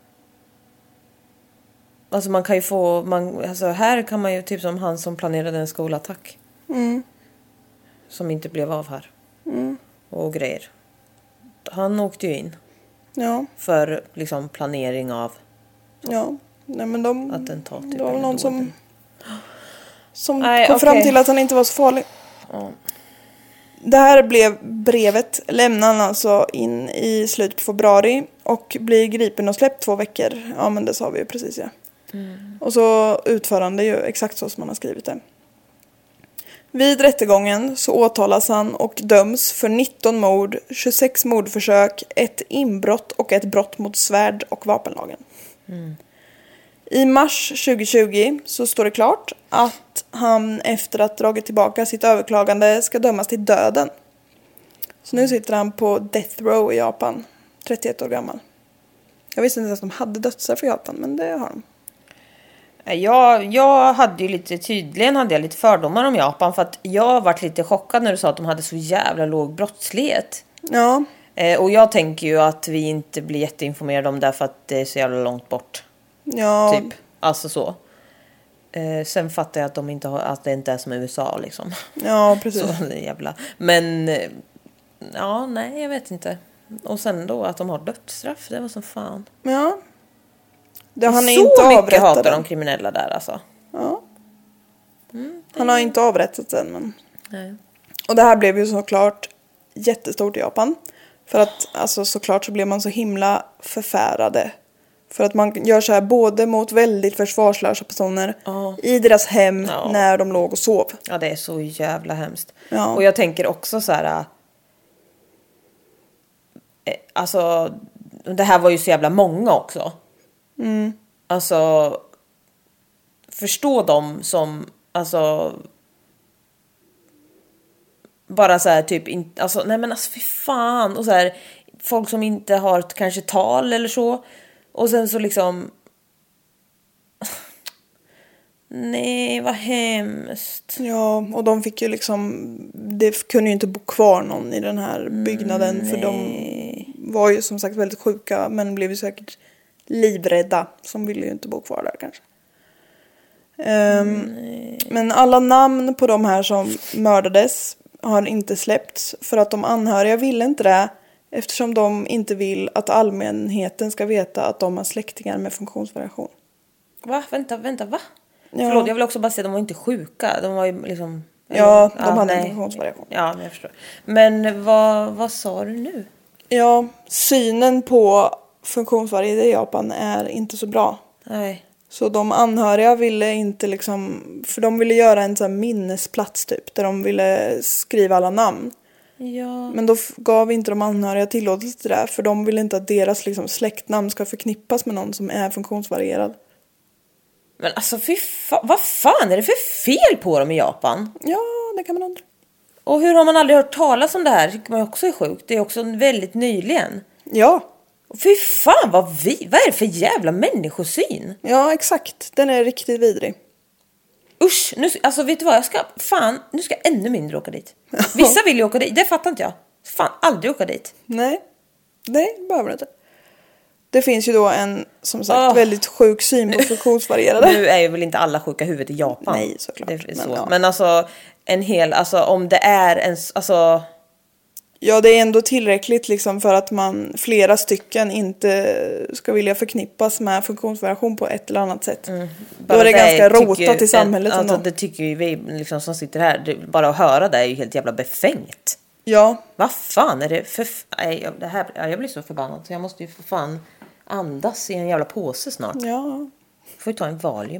Alltså man kan ju få... Man, alltså här kan man ju typ som han som planerade en skolattack. Mm. Som inte blev av här. Mm. Och grejer. Han åkte ju in. Ja. För liksom planering av... Ja. Nej, men de... Attentat. Typ, det var någon som... Som Nej, kom okay. fram till att han inte var så farlig. Ja. Det här blev brevet. Lämnar han alltså in i slutet på februari. Och blir gripen och släppt två veckor. Ja, men det sa vi ju precis, ja. Mm. Och så utför han det ju exakt så som man har skrivit det. Vid rättegången så åtalas han och döms för nitton mord, tjugosex mordförsök, ett inbrott och ett brott mot svärd och vapenlagen. Mm. I mars tjugohundratjugo så står det klart att han efter att dragit tillbaka sitt överklagande ska dömas till döden. Så nu sitter han på death row i Japan, trettioett år gammal. Jag visste inte att de hade dödsstraff i Japan, men det har de. Jag, jag hade ju lite, tydligen hade jag lite fördomar om Japan. För att jag varit lite chockad när du sa att de hade så jävla låg brottslighet. Ja. Eh, och jag tänker ju att vi inte blir jätteinformerade om det för att det är så jävla långt bort. Ja. Typ, alltså så. Eh, sen fattar jag att, de inte har, att det inte är som i U S A liksom. Ja, precis. Så det är jävla. Men, eh, ja, nej, jag vet inte. Och sen då att de har dödsstraff, det var som fan. Ja. Det, han är så inte mycket avrättad. hatar de kriminella där alltså. Ja. Mm, han har inte avrättats än, men... Nej. Och det här blev ju såklart jättestort i Japan. För att alltså, såklart så blev man så himla förfärade. För att man gör så här både mot väldigt försvarslösa personer oh. i deras hem oh. när de låg och sov. Ja, det är så jävla hemskt. Ja. Och jag tänker också så här... Äh, alltså, det här var ju så jävla många också. Mm. Alltså, förstå dem som, alltså... Bara så här typ, in, alltså, nej men alltså fy fan. Och så här, folk som inte har kanske tal eller så. Och sen så liksom... Nej, vad hemskt. Ja, och de fick ju liksom... Det kunde ju inte bo kvar någon i den här byggnaden. Mm, för de var ju som sagt väldigt sjuka. Men blev ju säkert livrädda. Som ville ju inte bo kvar där kanske. Um, men alla namn på de här som mördades har inte släppts. För att de anhöriga ville inte det. Eftersom de inte vill att allmänheten ska veta att de har släktingar med funktionsvariation. Va? Vänta, vänta, va? Ja. Förlåt, jag vill också bara säga att de var inte sjuka. De var ju liksom... Ja, de ja, hade nej. en funktionsvariation. Ja, men jag förstår. Men vad, vad sa du nu? Ja, synen på funktionsvarierade i Japan är inte så bra. Nej. Så de anhöriga ville inte liksom... För de ville göra en sån här minnesplats typ. Där de ville skriva alla namn. Ja. Men då gav inte de anhöriga tillåtelse till det. För de ville inte att deras liksom, släktnamn ska förknippas med någon som är funktionsvarierad. Men alltså, fy fa- vad fan är det för fel på dem i Japan? Ja, det kan man undra. Och hur har man aldrig hört talas om det här? Tycker man också är sjukt. Det är också väldigt nyligen. Ja. Och fy fan, vad, vi, vad är det för jävla människosyn? Ja, exakt. Den är riktigt vidrig. Usch, nu, alltså vet du vad? Jag ska, fan, nu ska jag ännu mindre åka dit. Vissa vill ju åka dit, det fattar inte jag. Fan, aldrig åka dit. Nej, nej, behöver inte. Det finns ju då en, som sagt, oh. väldigt sjuk syn på funktionsvarierade. Nu är ju väl inte alla sjuka huvudet i Japan. Nej, såklart. Det är så. Men, ja. Men alltså, en hel, alltså om det är en, alltså... Ja, det är ändå tillräckligt liksom för att man, flera stycken inte ska vilja förknippas med funktionsvariation på ett eller annat sätt. Mm. Då är det, det ganska rotat i samhället. En, alltså, det tycker ju vi liksom, som sitter här, det, bara att höra det är ju helt jävla befängt. Ja. Vad fan är det för... Nej, det här, jag blir så förbannad så jag måste ju för fan andas i en jävla påse snart. Ja. Får ju ta en Valium.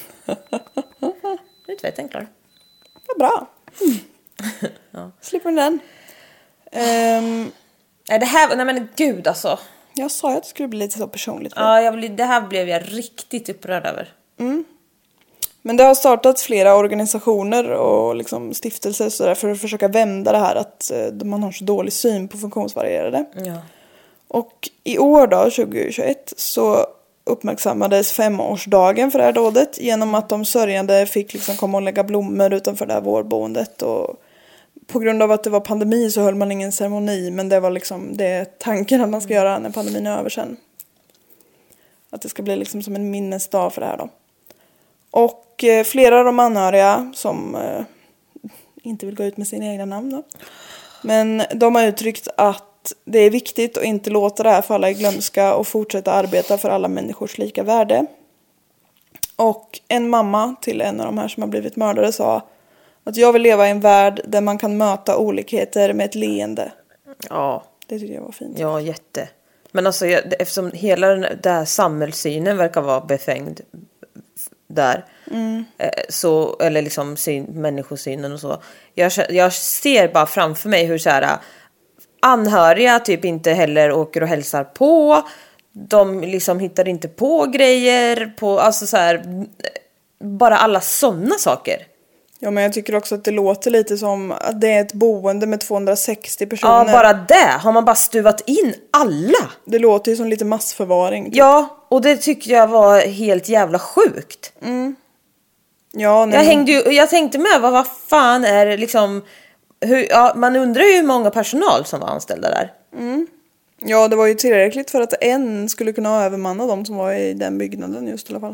Nu vet enklare. Vad bra. Mm. Ja. Slipper den. Um, nej, det här... Nej, men gud alltså. Jag sa ju att det skulle bli lite så personligt. Ja, jag blev, det här blev jag riktigt upprörd över. Mm. Men det har startats flera organisationer och liksom stiftelser så där för att försöka vända det här att uh, man har så dålig syn på funktionsvarierade. Ja. Och i år då, tjugohundratjugoett, så uppmärksammades femårsdagen för det här dådet genom att de sörjande fick liksom komma och lägga blommor utanför det här vårdboendet. Och på grund av att det var pandemi så höll man ingen ceremoni, men det var liksom det tanken att man ska göra när pandemin är över sen. Att det ska bli liksom som en minnesdag för det här då. Och eh, flera av de anhöriga som eh, inte vill gå ut med sina egna namn då, Men de har uttryckt att det är viktigt att inte låta det här falla i glömska och fortsätta arbeta för alla människors lika värde. Och en mamma till en av de här som har blivit mördare sa att jag vill leva i en värld där man kan möta olikheter med ett leende. Ja. Det tycker jag var fint. Ja, jätte. Men alltså, jag, eftersom hela den där samhällssynen verkar vara befängd där. Mm. Så, eller liksom syn, människosynen och så. Jag, jag ser bara framför mig hur så här anhöriga typ inte heller åker och hälsar på. De liksom hittar inte på grejer. På, alltså så här, bara alla sådana saker. Ja, men jag tycker också att det låter lite som att det är ett boende med tvåhundrasextio personer. Ja, bara det. Har man bara stuvat in alla? Det låter ju som lite massförvaring. Typ. Ja, och det tycker jag var helt jävla sjukt. Mm. Ja, nej. Jag hängde ju, jag tänkte med, vad, vad fan är det liksom... Hur, ja, man undrar ju hur många personal som var anställda där. Mm. Ja, det var ju tillräckligt för att en skulle kunna övermanna de som var i den byggnaden just i alla fall.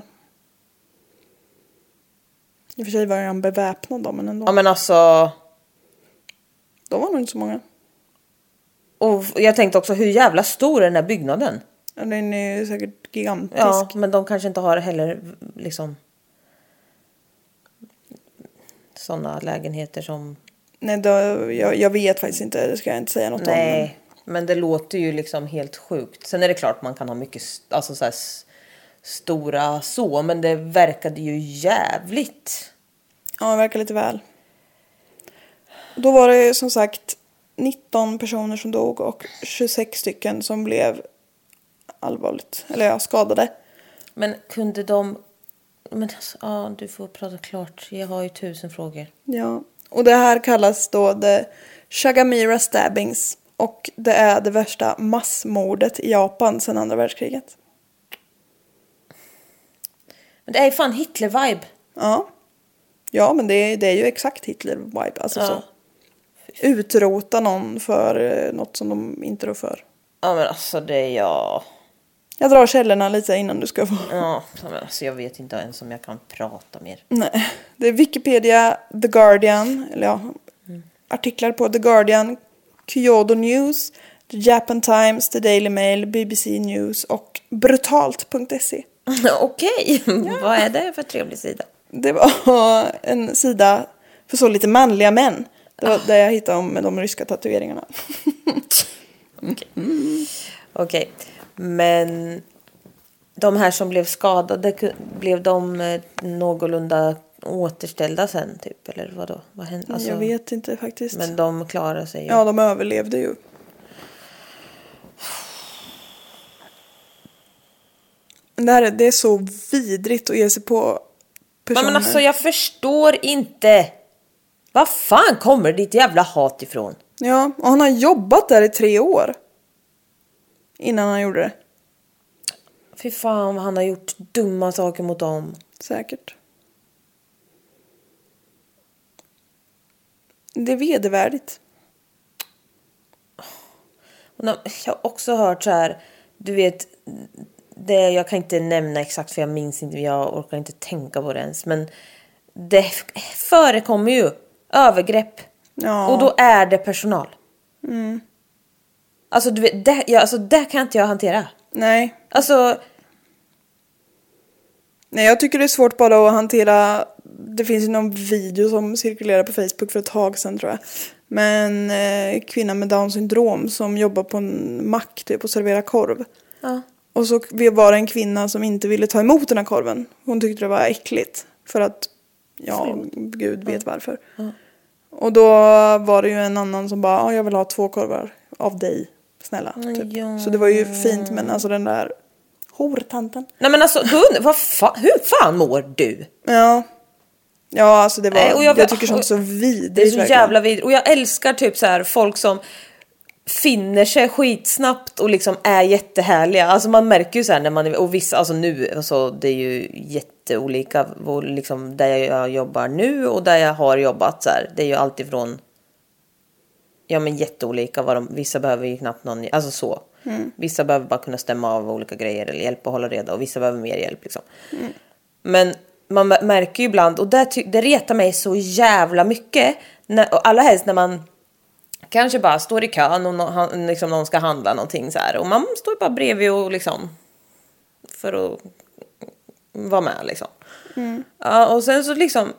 I och för sig var han beväpnad då, men ändå. Ja, men alltså... De var nog inte så många. Och jag tänkte också, hur jävla stor är den här byggnaden? Ja, den är ju säkert gigantisk. Ja, men de kanske inte har heller liksom... sådana lägenheter som... Nej, då, jag, jag vet faktiskt inte. Det ska jag inte säga något Nej, om. Nej, men... men det låter ju liksom helt sjukt. Sen är det klart man kan ha mycket... Alltså så här... stora så, men det verkade ju jävligt. Ja, det verkar lite väl. Då var det som sagt nitton personer som dog och tjugosex stycken som blev allvarligt, eller ja, skadade. Men kunde de... Men alltså, ja, du får prata klart. Jag har ju tusen frågor. Ja, och det här kallas då the Shagamira Stabbings och det är det värsta massmordet i Japan sedan andra världskriget. Men det är ju fan Hitler-vibe. Ja. Ja, men det är, det är ju exakt Hitler-vibe. Alltså ja. så. Utrota någon för något som de inte rår för. Ja, men alltså det är jag... Jag drar källorna lite innan du ska få... Ja, men alltså jag vet inte ens om jag kan prata mer. Nej. Det är Wikipedia, The Guardian, eller ja, mm. artiklar på The Guardian, Kyoto News, The Japan Times, The Daily Mail, B B C News och brutalt punkt se. Okej, ja. Vad är det för trevlig sida? Det var en sida för så lite manliga män. Det var ah. där jag hittade om de ryska tatueringarna. Okej. Mm. Okej. Men de här som blev skadade, blev de någorlunda återställda sen typ? Eller vadå? Vad hände? Alltså, jag vet inte faktiskt. Men de klarade sig ju. Ja, de överlevde ju. Det, här, det är så vidrigt att ge sig på personer. Men alltså jag förstår inte. Vad fan kommer ditt jävla hat ifrån? Ja, och han har jobbat där i tre år. Innan han gjorde det. Fy fan vad han har gjort dumma saker mot dem. Säkert. Det är vedervärdigt. Jag har också hört så här. Du vet... Det, jag kan inte nämna exakt för jag minns inte. Jag orkar inte tänka på det ens. Men det förekommer ju övergrepp. Ja. Och då är det personal. Mm. Alltså, du vet, det, ja, alltså det kan inte jag hantera. Nej. Alltså... Nej, jag tycker det är svårt bara att hantera... Det finns ju någon video som cirkulerar på Facebook för ett tag sedan tror jag. Men eh, kvinna med Down syndrom som jobbar på en mack typ och serverar korv. Ja. Och så var det en kvinna som inte ville ta emot den här korven. Hon tyckte det var äckligt. För att, ja, Gud vet varför. Ja. Och då var det ju en annan som bara, ja, jag vill ha två korvar av dig, snälla. Typ. Ja. Så det var ju fint, men alltså den där hortanten. Nej men alltså, då, vad fa- hur fan mår du? Ja. Ja, alltså det var, Nej, och jag, jag, tycker sånt så vidrigt. Det är så verkligen. Jävla vidrigt. Och jag älskar typ så här folk som finner sig skitsnabbt och liksom är jättehärliga. Alltså man märker ju så här när man är, och vissa, alltså nu, alltså det är ju jätteolika liksom där jag jobbar nu och där jag har jobbat så här. Det är ju alltid från, ja men jätteolika vad de, vissa behöver ju knappt någon, alltså så. Mm. Vissa behöver bara kunna stämma av olika grejer eller hjälpa och hålla reda och vissa behöver mer hjälp liksom. Mm. Men man märker ju ibland, och det, det retar mig så jävla mycket när, och allra helst när man kanske bara står i kön och någon, liksom någon ska handla någonting så här. Och man står bara bredvid och liksom för att vara med liksom. Mm. Ja, och sen så liksom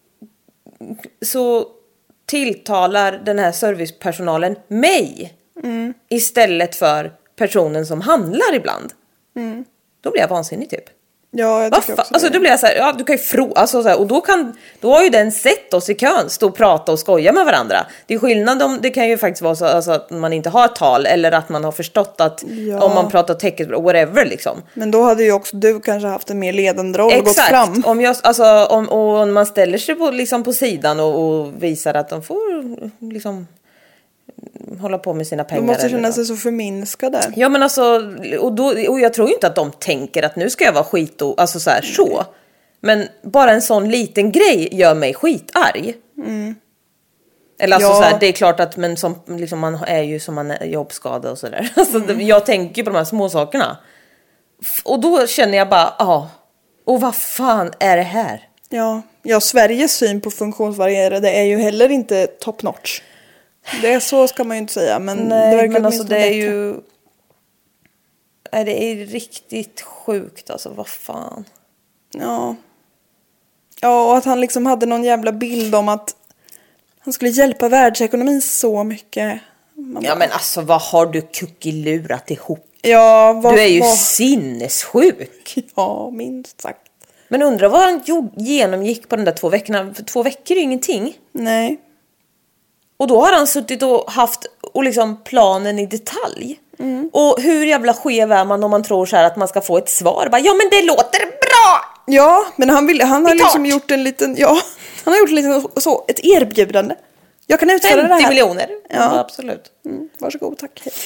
så tilltalar den här servicepersonalen mig mm. istället för personen som handlar ibland. Mm. Då blir jag vansinnig typ. Ja, jag tycker också alltså, då blir jag så här, ja, du kan ju fro, alltså, så här, och då kan, då har ju den sett oss i kön stå och prata och skoja med varandra. Det är skillnad om, det kan ju faktiskt vara så alltså, att man inte har tal eller att man har förstått att ja. om man pratar teckenspråk, whatever liksom. Men då hade ju också du kanske haft en mer ledande roll och gått fram. Exakt, om jag, alltså, om, och om man ställer sig på, liksom på sidan och, och visar att de får liksom hålla på med sina pengar. De måste känna sig så förminskade. Ja, men alltså, och, då, och jag tror ju inte att de tänker att nu ska jag vara skit och, alltså så här, mm. så. Men bara en sån liten grej gör mig skitarg. Mm. Eller alltså ja. så här, det är klart att men som, liksom, man är ju som man är jobbskadad och sådär. Alltså, mm. jag tänker på de här små sakerna. Och då känner jag bara, ja, och vad fan är det här? Ja, ja, Sveriges syn på funktionsvarierade är ju heller inte top notch. Det är så ska man ju inte säga, men nej, det men alltså det är ju nej, det är riktigt sjukt alltså, vad fan. Ja. Ja, och att han liksom hade någon jävla bild om att han skulle hjälpa världsekonomin så mycket. Man ja, bara... men alltså vad har du kuckilurat ihop? Ja, vad, du är ju vad... sinnessjuk. Ja, minst sagt. Men undrar vad han genomgick på de där två veckorna. För två veckor är ju ingenting. Nej. Och då har han suttit och haft och liksom planen i detalj. Mm. Och hur jävla skev är man om man tror så här att man ska få ett svar? Bara, ja, men det låter bra! Ja, men han, vill, han har liksom gjort en liten... Ja, han har gjort en liten, så, ett erbjudande. Jag kan utföra det här. femtio miljoner. Ja, ja, absolut. Mm, varsågod, tack. Hej.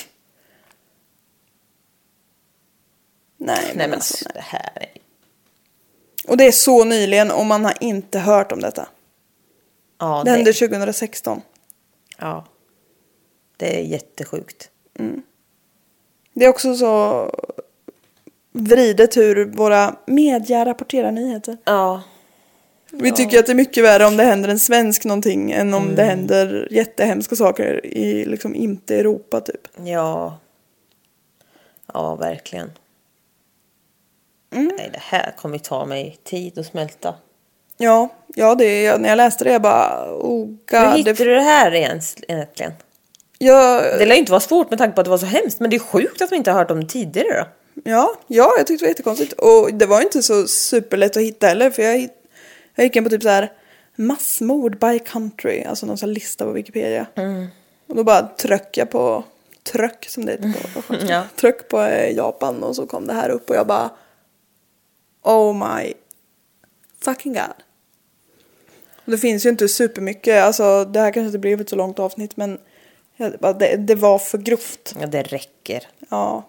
Nej, men, nej, men alltså, alltså, nej. Det här är... Och det är så nyligen och man har inte hört om detta. Ja, det hände tjugo sexton. Ja, det är jättesjukt. Mm. Det är också så vridet hur våra media rapporterar nyheter. Ja. Vi ja. tycker att det är mycket värre om det händer en svensk någonting än om mm. det händer jättehemska saker i liksom inte Europa typ. Ja. Ja, verkligen. Mm. Nej, det här kommer ta mig tid att smälta. Ja, ja det är, när jag läste det jag bara oh god. Hur hittade du det här egentligen? Jag... Det lär ju inte vara svårt med tanke på att det var så hemskt. Men det är sjukt att vi inte har hört om det tidigare då. Ja, ja, jag tyckte det var jättekonstigt. Och det var inte så superlätt att hitta heller. För jag, jag gick in på typ så här massmord by country. Alltså någon sån här lista på Wikipedia. Mm. Och då bara tryck jag på tryck som det heter på. Mm. Ja. Tryck på Japan och så kom det här upp. Och jag bara oh my fucking god. Och det finns ju inte supermycket. Alltså det här kanske inte blev ett så långt avsnitt. Men det, det var för grovt. Ja, det räcker. Ja.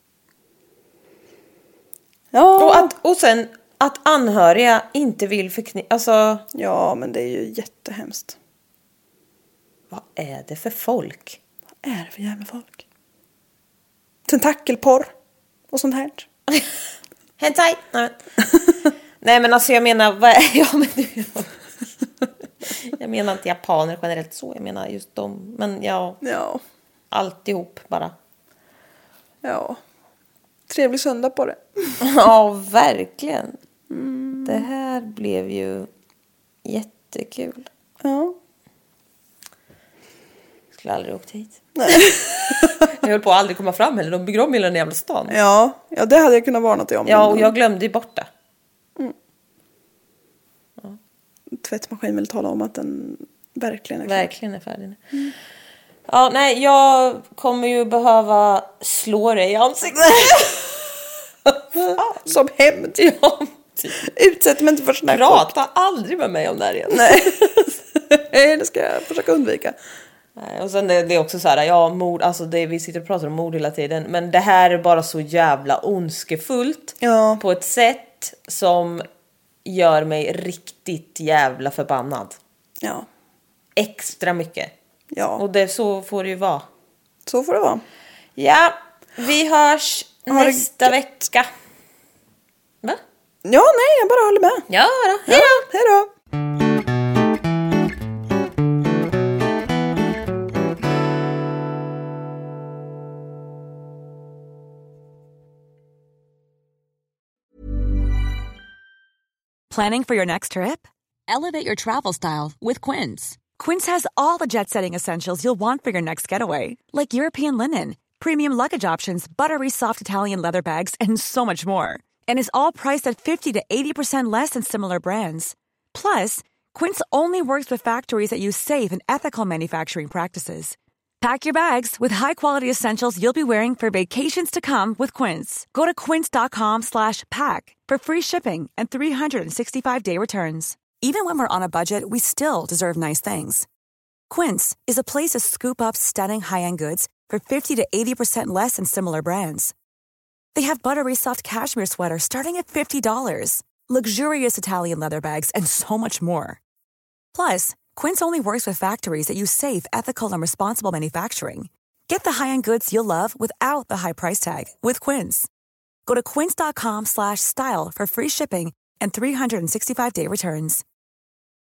Ja. Och, att, och sen att anhöriga inte vill förknippa. Alltså... Ja, men det är ju jättehemskt. Vad är det för folk? Vad är det för jävla folk? Tentakelporr och sånt här. Hentai. Nej. Nej, men alltså jag menar... Vad är, ja, men du... Jag menar inte japaner generellt så. Jag menar just dem. Men ja, ja. Alltihop bara. Ja. Trevlig söndag på det. Ja, verkligen. Mm. Det här blev ju jättekul. Ja. Jag skulle aldrig åkt hit. Nej. Jag höll på att aldrig komma fram heller. De bygger om hela den jävla stan. Ja, ja, det hade jag kunnat varna dig om. Ja, och jag glömde bort det. Mm. Ja. Tvättmaskin vill tala om att den verkligen är klar. Verkligen är färdig. Mm. Ja, nej, jag kommer ju behöva slå dig i ansiktet. Som hämnd. Ja. Utsätt mig inte för sådana här Prata chock. Aldrig med mig om det här igen. Nej. Nej, det ska jag försöka undvika. Nej, och sen det, det är också så här, ja, mord, alltså det, vi sitter och pratar om mord hela tiden. Men det här är bara så jävla ondskefullt. Ja. På ett sätt som gör mig riktigt jävla förbannad. Ja. Extra mycket. Ja. Och det, så får det ju vara. Så får det vara. Ja, vi hörs Har nästa vecka. Va? Ja, nej, jag bara håller med. Ja, då. Hej då. Ja, hej då. Planning for your next trip? Elevate your travel style with Quince. Quince has all the jet-setting essentials you'll want for your next getaway, like European linen, premium luggage options, buttery soft Italian leather bags, and so much more. And is all priced at fifty to eighty percent less than similar brands. Plus, Quince only works with factories that use safe and ethical manufacturing practices. Pack your bags with high-quality essentials you'll be wearing for vacations to come with Quince. Go to quince.com slash pack for free shipping and three sixty-five day returns. Even when we're on a budget, we still deserve nice things. Quince is a place to scoop up stunning high-end goods for fifty to eighty percent less than similar brands. They have buttery soft cashmere sweaters starting at fifty dollars, luxurious Italian leather bags, and so much more. Plus, Quince only works with factories that use safe, ethical, and responsible manufacturing. Get the high-end goods you'll love without the high price tag with Quince. Go to quince.com slash style for free shipping and three sixty-five day returns.